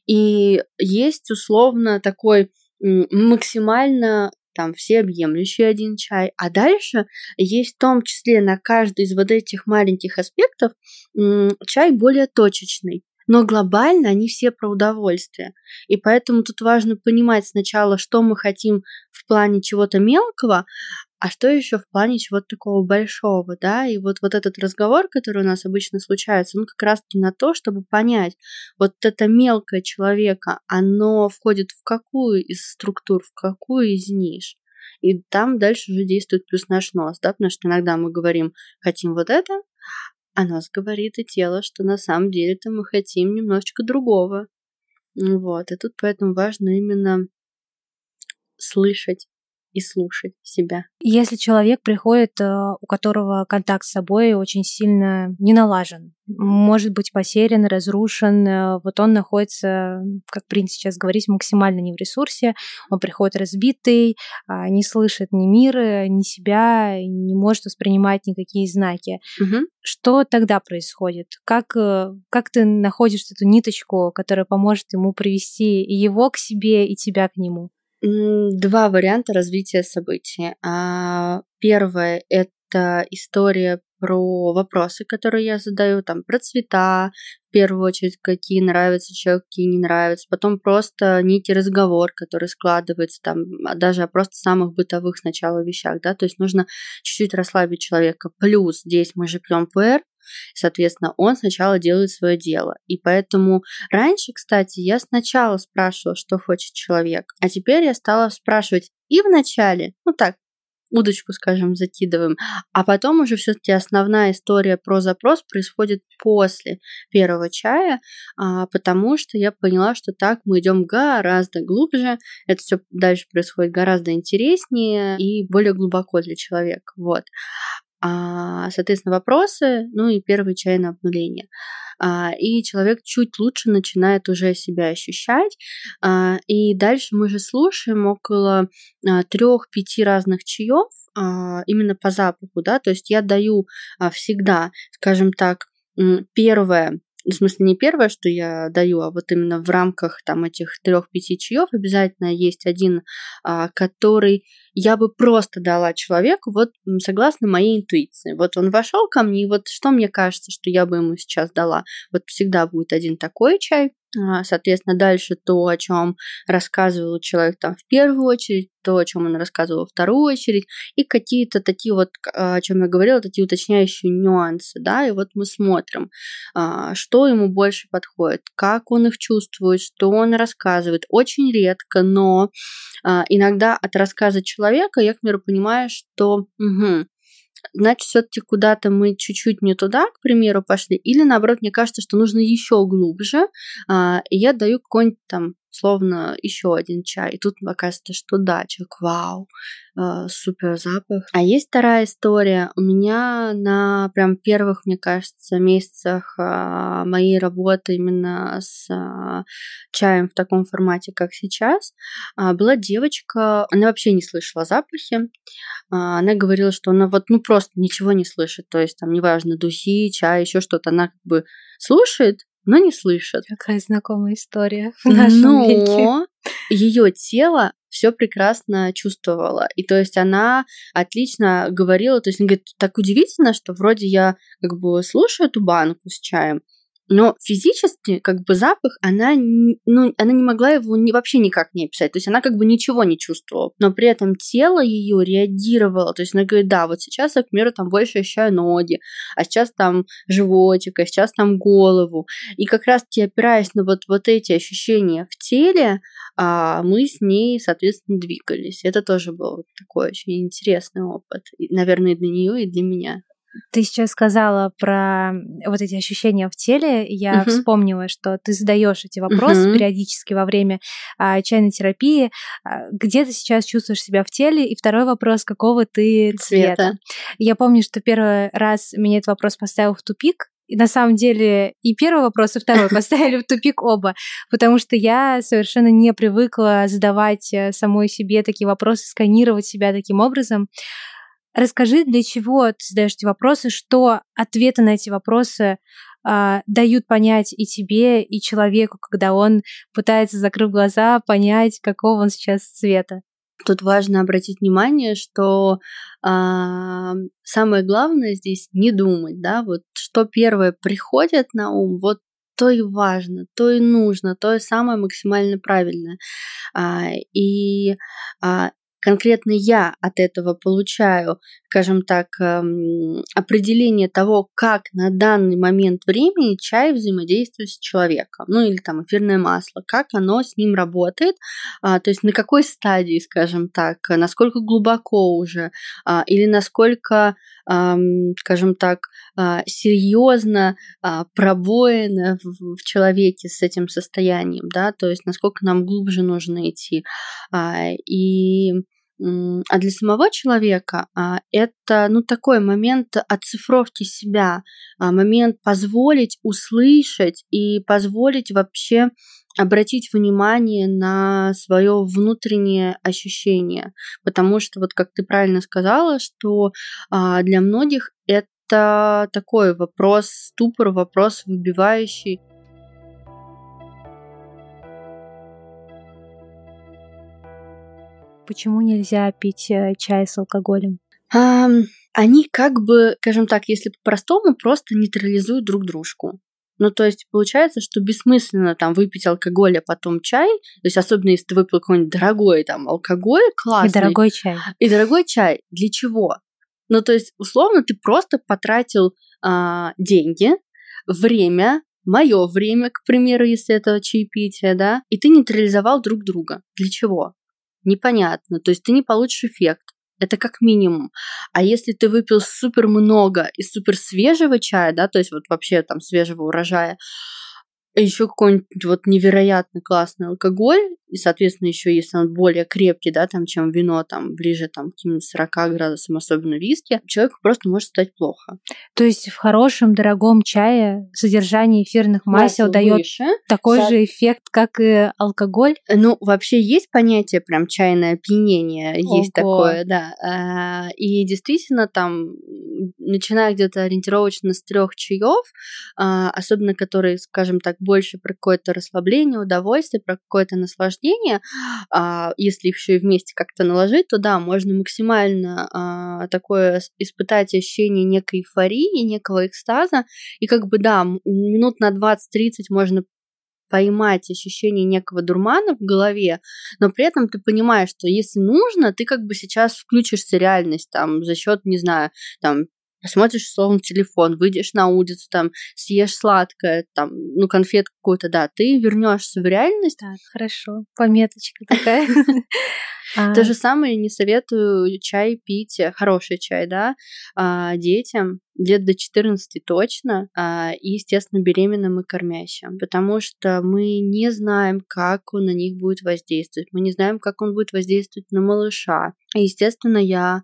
И есть условно такой м, максимально там всеобъемлющий один чай, а дальше есть в том числе на каждый из вот этих маленьких аспектов м, чай более точечный. Но глобально они все про удовольствие. И поэтому тут важно понимать сначала, что мы хотим в плане чего-то мелкого, а что еще в плане чего-то такого большого, да? И вот, вот этот разговор, который у нас обычно случается, он как раз-таки на то, чтобы понять, вот это мелкое человека, оно входит в какую из структур, в какую из ниш. И там дальше уже действует плюс наш нос, да, потому что иногда мы говорим, хотим вот это, а нос говорит и тело, что на самом деле-то мы хотим немножечко другого. Ну вот, и тут поэтому важно именно слышать и слушать себя. Если человек приходит, э, у которого контакт с собой очень сильно не налажен, может быть потерян, разрушен, э, вот он находится, как принято сейчас говорить, максимально не в ресурсе, он приходит разбитый, а, не слышит ни мира, ни себя, не может воспринимать никакие знаки. Мгм. Что тогда происходит? Как, э, как ты находишь эту ниточку, которая поможет ему привести и его к себе, и тебя к нему? М, Два варианта развития событий. А, Первое– это история про вопросы, которые я задаю, там, про цвета, в первую очередь, какие нравятся человеку, какие не нравятся. Потом просто некий разговор, который складывается, там, а даже о просто самых бытовых сначала вещах, да, то есть нужно чуть-чуть расслабить человека. Плюс здесь мы же пьем пуэр, соответственно, он сначала делает свое дело. И поэтому раньше, кстати, я сначала спрашивала, что хочет человек, а теперь я стала спрашивать и в начале, ну так, удочку, скажем, закидываем, а потом уже все-таки основная история про запрос происходит после первого чая, а, потому что я поняла, что так мы идем гораздо глубже, это все дальше происходит гораздо интереснее и более глубоко для человека. Вот. А, соответственно, вопросы, ну и первый чай на обнуление. А, и человек чуть лучше начинает уже себя ощущать. А, и дальше мы же слушаем около трех-пяти разных чаев а, именно по запаху, да, то есть я даю а, всегда, скажем так, м, первое, в смысле не первое, что я даю, а вот именно в рамках там этих трех-пяти чаев обязательно есть один, а, который я бы просто дала человеку вот м, согласно моей интуиции. Вот он вошел ко мне, и вот что мне кажется, что я бы ему сейчас дала. Вот всегда будет один такой чай. А, Соответственно, дальше то, о чем рассказывал человек там в первую очередь, то, о чем он рассказывал во вторую очередь, и какие-то такие вот, к- о чем я говорила, такие уточняющие нюансы, да, и вот мы смотрим, а, что ему больше подходит, как он их чувствует, что он рассказывает. Очень редко, но а, иногда от рассказа человека я, к примеру, понимаю, что мгм, значит, все-таки куда-то мы чуть-чуть не туда, к примеру, пошли, или наоборот, мне кажется, что нужно еще глубже, а, и я даю какой-нибудь там словно еще один чай. И тут оказывается, что да, человек, вау, э, супер запах. А есть вторая история. У меня на прям первых, мне кажется, месяцах э, моей работы именно с э, чаем в таком формате, как сейчас, э, была девочка, она вообще не слышала запахи. Э, она говорила, что она вот ну просто ничего не слышит. То есть там неважно, духи, чай, еще что-то. Она как бы слушает, но не слышит. Какая знакомая история в нашем но веке. Ее тело все прекрасно чувствовало. И то есть она отлично говорила, то есть она говорит, так удивительно, что вроде я как бы слушаю эту банку с чаем, но физически, как бы запах, она, ну, она не могла его ни, вообще никак не описать. То есть она как бы ничего не чувствовала. Но при этом тело ее реагировало. То есть она говорит, да, вот сейчас я, к примеру, там больше ощущаю ноги, а сейчас там животик, а сейчас там голову. И как раз-таки опираясь на вот, вот эти ощущения в теле, а, мы с ней, соответственно, двигались. Это тоже был вот такой очень интересный опыт. Наверное, и для нее, и для меня. Ты сейчас сказала про вот эти ощущения в теле. Я uh-huh. вспомнила, что ты задаешь эти вопросы uh-huh. периодически во время а, чайной терапии. А, где ты сейчас чувствуешь себя в теле? И второй вопрос, какого ты цвета? цвета? Я помню, что первый раз меня этот вопрос поставил в тупик. И на самом деле и первый вопрос, и второй поставили в тупик оба, потому что я совершенно не привыкла задавать самой себе такие вопросы, сканировать себя таким образом. Расскажи, для чего ты задаешь эти вопросы, что ответы на эти вопросы э, дают понять и тебе, и человеку, когда он пытается, закрыв глаза, понять, какого он сейчас цвета. Тут важно обратить внимание, что э, самое главное здесь не думать, да, вот что первое приходит на ум, вот то и важно, то и нужно, то и самое максимально правильное. А, и а, конкретно я от этого получаю, скажем так, определение того, как на данный момент времени чай взаимодействует с человеком, ну или там эфирное масло, как оно с ним работает, то есть на какой стадии, скажем так, насколько глубоко уже, или насколько, скажем так, серьезно пробоина в человеке с этим состоянием, да, то есть насколько нам глубже нужно идти. И А для самого человека это, ну, такой момент оцифровки себя, момент позволить услышать и позволить вообще обратить внимание на свое внутреннее ощущение. Потому что, вот как ты правильно сказала, что для многих это такой вопрос, ступор, вопрос выбивающий. Почему нельзя пить чай с алкоголем? А, они как бы, скажем так, если по-простому, просто нейтрализуют друг дружку. Ну, то есть получается, что бессмысленно там выпить алкоголь, а потом чай. То есть особенно если ты выпил какой-нибудь дорогой там алкоголь, классный. И дорогой чай. И дорогой чай. Для чего? Ну, то есть, условно, ты просто потратил а, деньги, время, мое время, к примеру, если это чаепитие, да, и ты нейтрализовал друг друга. Для чего? Непонятно. То есть ты не получишь эффект. Это как минимум. А если ты выпил супер много и супер свежего чая, да, то есть вот вообще там свежего урожая, еще какой-нибудь вот невероятно классный алкоголь, и, соответственно, еще если он более крепкий, да, там, чем вино, там, ближе там, к каким-то сорока градусам, особенно виски, человеку просто может стать плохо. То есть в хорошем, дорогом чае содержание эфирных масел, масел дает выше, такой со... же эффект, как и алкоголь? Ну, вообще есть понятие прям чайное опьянение, Ого. Есть такое, да. И действительно там, начиная где-то ориентировочно с трех чаев, особенно которые, скажем так, больше про какое-то расслабление, удовольствие, про какое-то наслаждение, а, если их еще и вместе как-то наложить, то да, можно максимально а, такое испытать ощущение некой эйфории, некого экстаза, и как бы да, минут на двадцать-тридцать можно поймать ощущение некого дурмана в голове, но при этом ты понимаешь, что если нужно, ты как бы сейчас включишься в реальность там за счет, не знаю, там посмотришь, условно, телефон, выйдешь на улицу, там, съешь сладкое, там, ну, конфет какую-то, да, ты вернешься в реальность. Так, хорошо, пометочка такая. То же самое не советую чай пить, хороший чай, да, детям лет до четырнадцати точно, и, естественно, беременным и кормящим, потому что мы не знаем, как он на них будет воздействовать, мы не знаем, как он будет воздействовать на малыша. И, естественно, я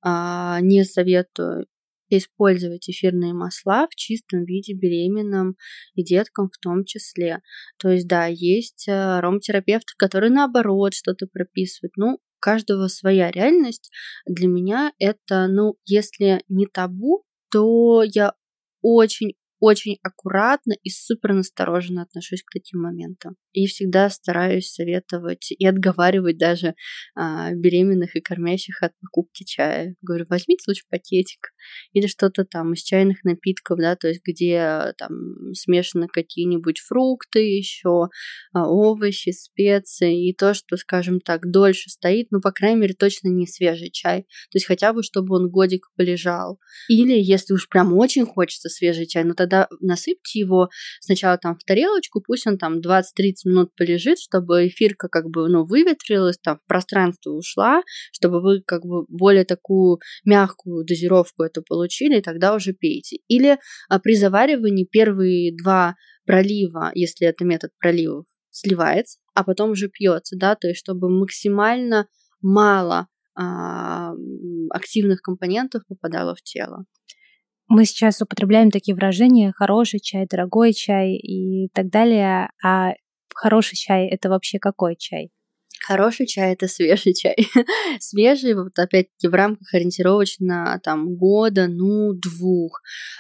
не советую использовать эфирные масла в чистом виде беременным и деткам в том числе. То есть, да, есть ароматерапевты, которые наоборот что-то прописывают. Ну, у каждого своя реальность. Для меня это, ну, если не табу, то я очень очень аккуратно и супер настороженно отношусь к таким моментам. И всегда стараюсь советовать и отговаривать даже а, беременных и кормящих от покупки чая. Говорю, возьмите лучше пакетик или что-то там из чайных напитков, да, то есть где там смешаны какие-нибудь фрукты еще, а, овощи, специи и то, что, скажем так, дольше стоит, ну, по крайней мере, точно не свежий чай. То есть хотя бы, чтобы он годик полежал. Или если уж прям очень хочется свежий чай, ну, тогда насыпьте его сначала там в тарелочку, пусть он там двадцать-тридцать минут полежит, чтобы эфирка как бы, ну, выветрилась, там в пространство ушла, чтобы вы как бы более такую мягкую дозировку эту получили, и тогда уже пейте. Или а, при заваривании первые два пролива, если это метод проливов, сливается, а потом уже пьется, да, то есть чтобы максимально мало а, активных компонентов попадало в тело. Мы сейчас употребляем такие выражения: хороший чай, дорогой чай и так далее. А хороший чай — это вообще какой чай? Хороший чай — это свежий чай. Свежий, вот опять-таки в рамках ориентировочно там года, ну, двух.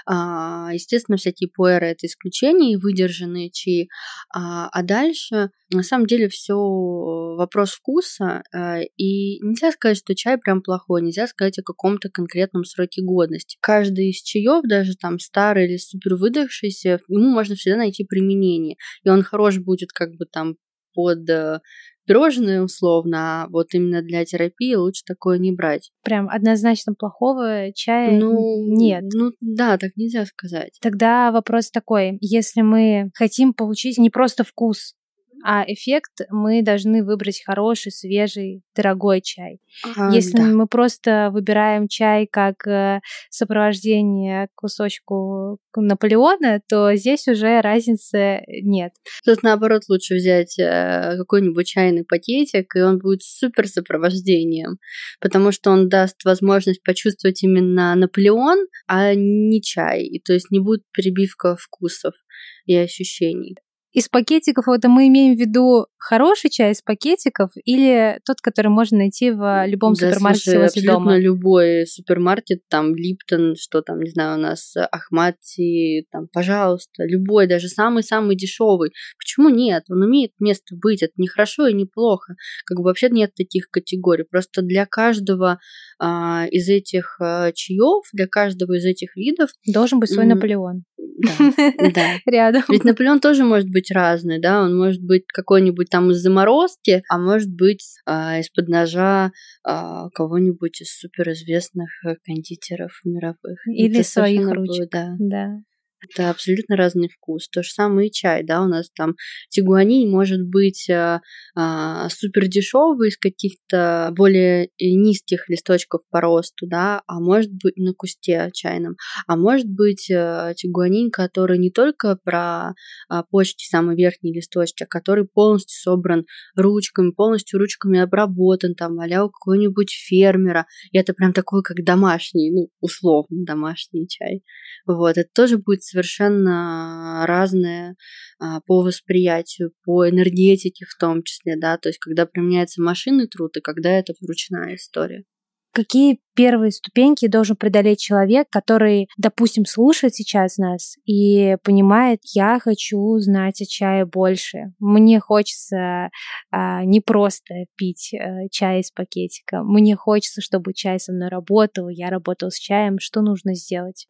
А, естественно, всякие пуэры — это исключение, и выдержанные чаи. А, а дальше, на самом деле, все вопрос вкуса. А, и нельзя сказать, что чай прям плохой, нельзя сказать о каком-то конкретном сроке годности. Каждый из чаев, даже там старый или супер выдохшийся, ему можно всегда найти применение. И он хорош будет как бы там под пирожные условно, а вот именно для терапии лучше такое не брать. Прям однозначно плохого чая ну, нет. Ну да, так нельзя сказать. Тогда вопрос такой: если мы хотим получить не просто вкус, а эффект, мы должны выбрать хороший, свежий, дорогой чай. А, Если да. мы просто выбираем чай как э, сопровождение к кусочку Наполеона, то здесь уже разницы нет. Тут, наоборот, лучше взять э, какой-нибудь чайный пакетик, и он будет супер сопровождением, потому что он даст возможность почувствовать именно Наполеон, а не чай. И то есть не будет перебивка вкусов и ощущений. Из пакетиков это мы имеем в виду хороший чай из пакетиков или тот, который можно найти в любом да, супермаркете слушай, возле дома? Абсолютно любой супермаркет, там Липтон, что там, не знаю, у нас Ахмати, там, пожалуйста, любой, даже самый-самый дешевый. Почему нет? Он имеет место быть, это не хорошо и не плохо. Как бы вообще нет таких категорий. Просто для каждого а, из этих а, чаев, для каждого из этих видов должен быть свой м- Наполеон. Да, да. Рядом. Ведь Наполеон тоже может быть разный, да, он может быть какой-нибудь там из заморозки, а может быть а, из-под ножа а, кого-нибудь из суперизвестных кондитеров мировых. Или это своих ручек. Да. да. Это абсолютно разный вкус. То же самое и чай, да, у нас там тигуанин может быть а, а, супер дешевый из каких-то более низких листочков по росту, да, а может быть на кусте чайном, а может быть а, тигуанин, который не только про а, почки, самый верхний листочек, а который полностью собран ручками, полностью ручками обработан, там, а-ля у какого-нибудь фермера, и это прям такой, как домашний, ну, условно домашний чай. Вот, это тоже будет совершенно разное а, по восприятию, по энергетике в том числе, да, то есть когда применяется машинный труд и когда это ручная история. Какие первые ступеньки должен преодолеть человек, который, допустим, слушает сейчас нас и понимает: я хочу знать о чае больше, мне хочется а, не просто пить а, чай из пакетика, мне хочется, чтобы чай со мной работал, я работал с чаем, что нужно сделать?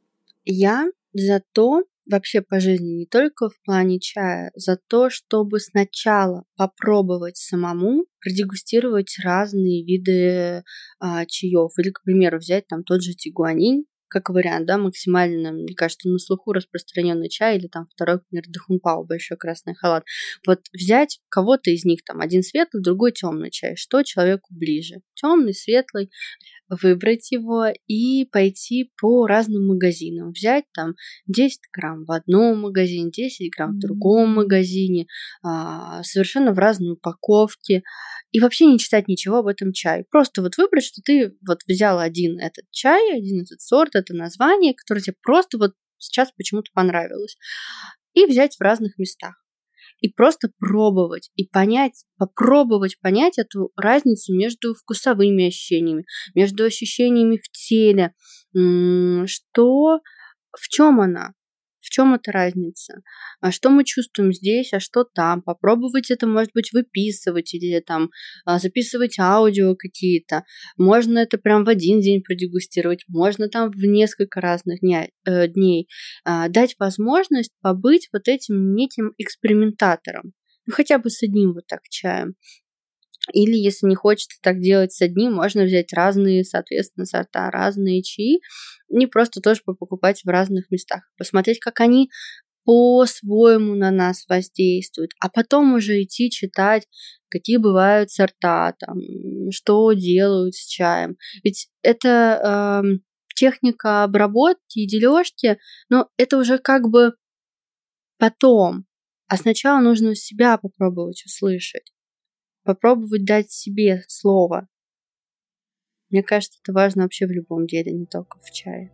Я за то, вообще по жизни, не только в плане чая, за то, чтобы сначала попробовать самому продегустировать разные виды а, чаев. Или, к примеру, взять там тот же тигуанин, как вариант, да, максимально, мне кажется, на слуху распространенный чай или там второй, например, дахунпао, большой красный халат. Вот взять кого-то из них, там, один светлый, другой темный чай, что человеку ближе. Темный, светлый, выбрать его и пойти по разным магазинам. Взять там десять грамм в одном магазине, десять грамм в другом магазине, совершенно в разной упаковке. И вообще не читать ничего об этом чае. Просто вот выбрать, что ты вот взял один этот чай, один этот сорт, это название, которое тебе просто вот сейчас почему-то понравилось. И взять в разных местах. И просто пробовать, и понять, попробовать понять эту разницу между вкусовыми ощущениями, между ощущениями в теле, что, в чем она, в чем эта разница, а что мы чувствуем здесь, а что там, попробовать это, может быть, выписывать или там записывать аудио какие-то, можно это прям в один день продегустировать, можно там в несколько разных дня, э, дней, э, дать возможность побыть вот этим неким экспериментатором, ну хотя бы с одним вот так чаем. Или, если не хочется так делать с одним, можно взять разные, соответственно, сорта, разные чаи, и просто тоже покупать в разных местах. Посмотреть, как они по-своему на нас воздействуют. А потом уже идти читать, какие бывают сорта, там, что делают с чаем. Ведь это э, техника обработки и дележки, но это уже как бы потом. А сначала нужно себя попробовать услышать. Попробовать дать себе слово. Мне кажется, это важно вообще в любом деле, не только в чае.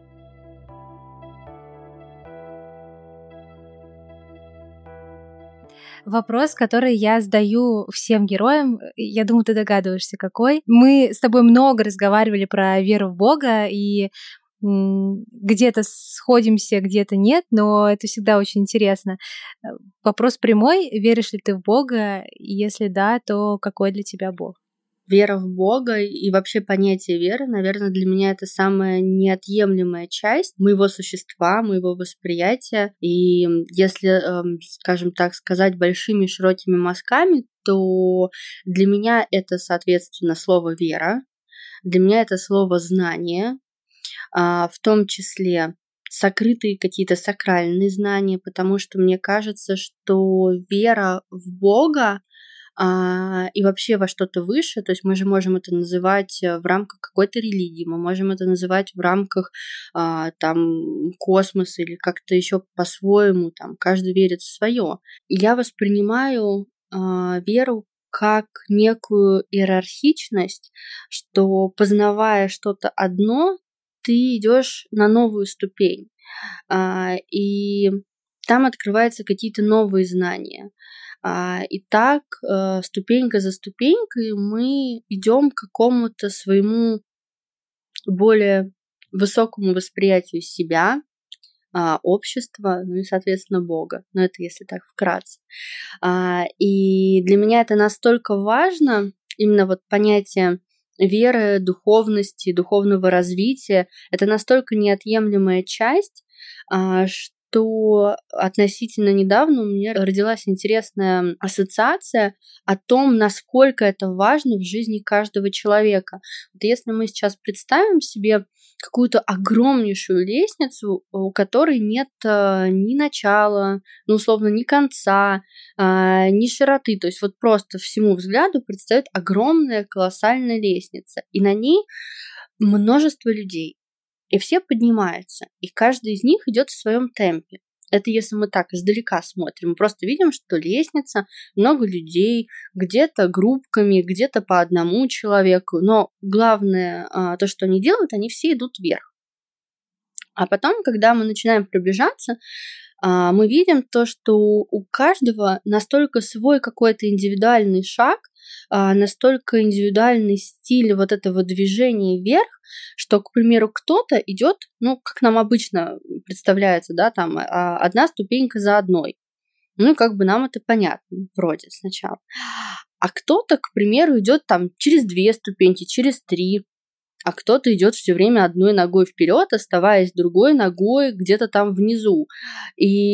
Вопрос, который я задаю всем героям, я думаю, ты догадываешься, какой. Мы с тобой много разговаривали про веру в Бога, и где-то сходимся, где-то нет, но это всегда очень интересно. Вопрос прямой: веришь ли ты в Бога? Если да, то какой для тебя Бог? Вера в Бога и вообще понятие веры, наверное, для меня это самая неотъемлемая часть моего существа, моего восприятия. И если, скажем так, сказать большими широкими мазками, то для меня это, соответственно, слово «вера», для меня это слово «знание», в том числе сокрытые какие-то сакральные знания, потому что мне кажется, что вера в Бога а, и вообще во что-то выше, то есть мы же можем это называть в рамках какой-то религии, мы можем это называть в рамках а, там космоса или как-то еще по-своему, там каждый верит в свое. И я воспринимаю а, веру как некую иерархичность, что, познавая что-то одно, ты идешь на новую ступень, а, и там открываются какие-то новые знания. И так, ступенька за ступенькой, мы идем к какому-то своему более высокому восприятию себя, общества, ну и, соответственно, Бога. Но это если так вкратце. И для меня это настолько важно, именно вот понятие веры, духовности, духовного развития. Это настолько неотъемлемая часть, что то относительно недавно у меня родилась интересная ассоциация о том, насколько это важно в жизни каждого человека. Вот если мы сейчас представим себе какую-то огромнейшую лестницу, у которой нет ни начала, ну, условно, ни конца, ни широты, то есть вот просто всему взгляду предстает огромная колоссальная лестница, и на ней множество людей. И все поднимаются, и каждый из них идет в своем темпе. Это если мы так издалека смотрим. Мы просто видим, что лестница, много людей, где-то группками, где-то по одному человеку. Но главное, то, что они делают, они все идут вверх. А потом, когда мы начинаем приближаться, мы видим то, что у каждого настолько свой какой-то индивидуальный шаг, настолько индивидуальный стиль вот этого движения вверх, что, к примеру, кто-то идет, ну, как нам обычно представляется, да, там одна ступенька за одной. Ну, и как бы нам это понятно, вроде сначала. А кто-то, к примеру, идет там через две ступеньки, через три, а кто-то идет все время одной ногой вперед, оставаясь другой ногой где-то там внизу. И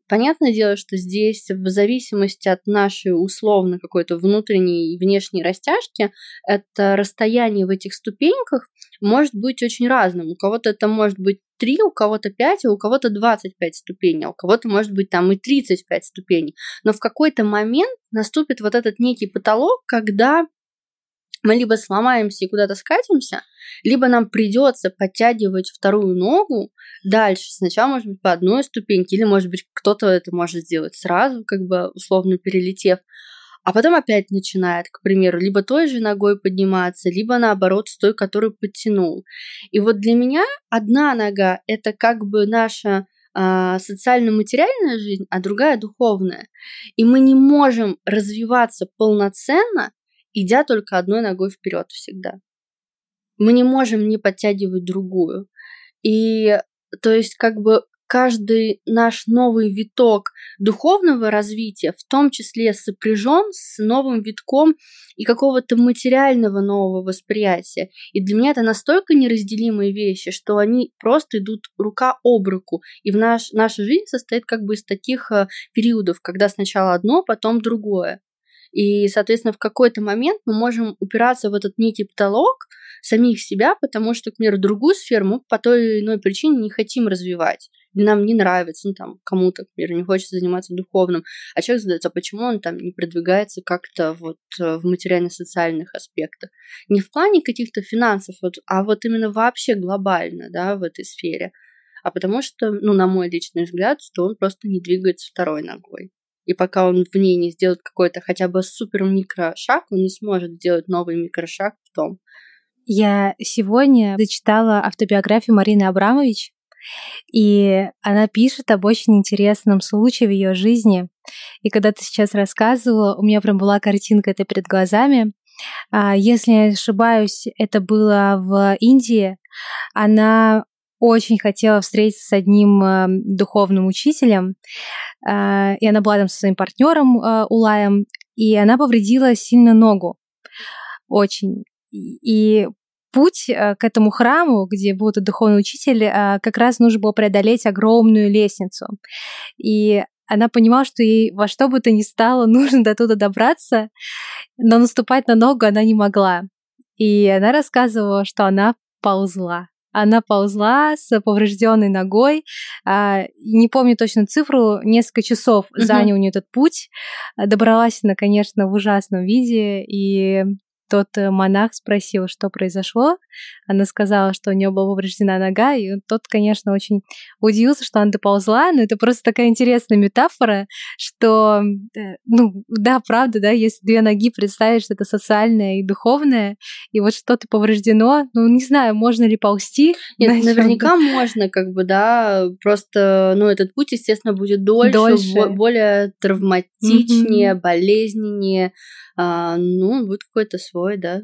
понятное дело, что здесь в зависимости от нашей условно какой-то внутренней и внешней растяжки, это расстояние в этих ступеньках может быть очень разным. У кого-то это может быть три, у кого-то пять, а у кого-то двадцать пять ступеней, а у кого-то может быть там и тридцать пять ступеней. Но в какой-то момент наступит вот этот некий потолок, когда мы либо сломаемся и куда-то скатимся, либо нам придется подтягивать вторую ногу дальше. Сначала, может быть, по одной ступеньке, или, может быть, кто-то это может сделать сразу, как бы условно перелетев, а потом опять начинает, к примеру, либо той же ногой подниматься, либо наоборот с той, которую подтянул. И вот для меня одна нога – это как бы наша а, социально-материальная жизнь, а другая – духовная. И мы не можем развиваться полноценно, идя только одной ногой вперед всегда. Мы не можем не подтягивать другую. И то есть как бы каждый наш новый виток духовного развития в том числе сопряжен с новым витком и какого-то материального нового восприятия. И для меня это настолько неразделимые вещи, что они просто идут рука об руку. И в наш, наша жизнь состоит как бы из таких периодов, когда сначала одно, потом другое. И, соответственно, в какой-то момент мы можем упираться в этот некий потолок самих себя, потому что, к примеру, другую сферу мы по той или иной причине не хотим развивать. Или нам не нравится, ну, там, кому-то, к примеру, не хочется заниматься духовным. А человек задается, а почему он там не продвигается как-то вот в материально-социальных аспектах. Не в плане каких-то финансов, вот, а вот именно вообще глобально, да, в этой сфере. А потому что, ну, на мой личный взгляд, что он просто не двигается второй ногой. И пока он в ней не сделает какой-то хотя бы супер-микрошаг, он не сможет сделать новый микрошаг в том. Я сегодня зачитала автобиографию Марины Абрамович, и она пишет об очень интересном случае в ее жизни. И когда ты сейчас рассказывала, у меня прям была картинка эта перед глазами. Если я не ошибаюсь, это было в Индии. Она очень хотела встретиться с одним духовным учителем, и она была там со своим партнером Улаем, и она повредила сильно ногу. Очень. И путь к этому храму, где был этот духовный учитель, как раз нужно было преодолеть огромную лестницу. И она понимала, что ей во что бы то ни стало нужно до туда добраться, но наступать на ногу она не могла. И она рассказывала, что она ползла. Она ползла с поврежденной ногой. Не помню точно цифру, несколько часов uh-huh. занял у нее этот путь. Добралась она, конечно, в ужасном виде, и тот монах спросил, что произошло. Она сказала, что у нее была повреждена нога, и тот, конечно, очень удивился, что она доползла, но это просто такая интересная метафора, что, ну, да, правда, да, если две ноги представить, что это социальное и духовное, и вот что-то повреждено, ну, не знаю, можно ли ползти. Нет, наверняка можно, как бы, да, просто, ну, этот путь, естественно, будет дольше, дольше. более травматичнее, mm-hmm. болезненнее, а, ну, будет какой-то свой, да.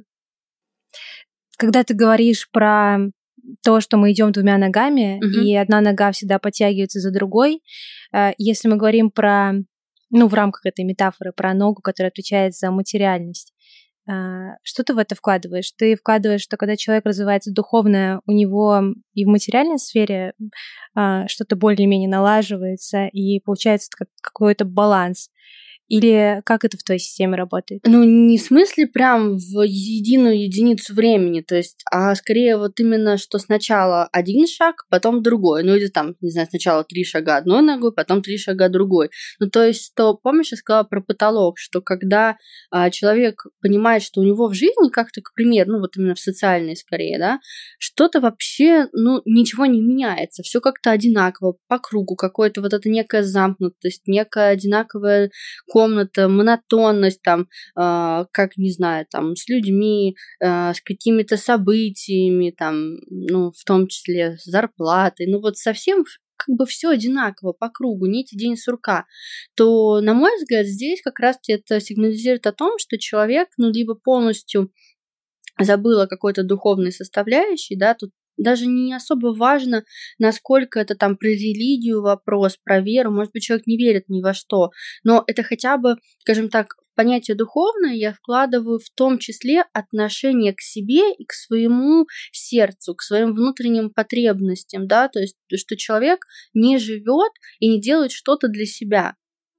Когда ты говоришь про то, что мы идем двумя ногами, uh-huh. и одна нога всегда подтягивается за другой, если мы говорим про, ну, в рамках этой метафоры, про ногу, которая отвечает за материальность, что ты в это вкладываешь? Ты вкладываешь, что когда человек развивается духовно, у него и в материальной сфере что-то более-менее налаживается, и получается какой-то баланс. Или как это в твоей системе работает? Ну, не в смысле прям в единую единицу времени, то есть, а скорее вот именно, что сначала один шаг, потом другой. Ну, или там, не знаю, сначала три шага одной ногой, потом три шага другой. Ну, то есть, что, помнишь, я сказала про потолок, что когда а, человек понимает, что у него в жизни как-то, к примеру, ну, вот именно в социальной скорее, да, что-то вообще, ну, ничего не меняется, все как-то одинаково, по кругу, какое-то вот это некая замкнутость, некая одинаковая комната, монотонность, там, э, как, не знаю, там, с людьми, э, с какими-то событиями, там, ну, в том числе с зарплатой, ну, вот совсем как бы все одинаково по кругу, нити день сурка, то, на мой взгляд, здесь как раз это сигнализирует о том, что человек, ну, либо полностью забыл о какой-то духовной составляющей, да, тут даже не особо важно, насколько это там про религию вопрос, про веру. Может быть, человек не верит ни во что, но это хотя бы, скажем так, понятие духовное я вкладываю в том числе отношение к себе и к своему сердцу, к своим внутренним потребностям, да, то есть, что человек не живет и не делает что-то для себя.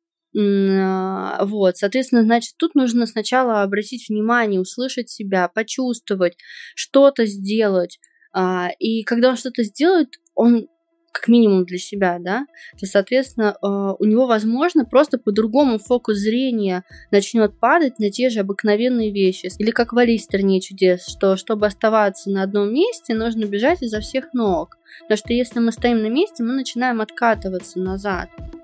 Вот, соответственно, значит, тут нужно сначала обратить внимание, услышать себя, почувствовать, что-то сделать. И когда он что-то сделает, он как минимум для себя, да, то, соответственно, у него, возможно, просто по-другому фокус зрения начнет падать на те же обыкновенные вещи. Или как в «Алисе в стране чудес», что чтобы оставаться на одном месте, нужно бежать изо всех ног. Потому что если мы стоим на месте, мы начинаем откатываться назад.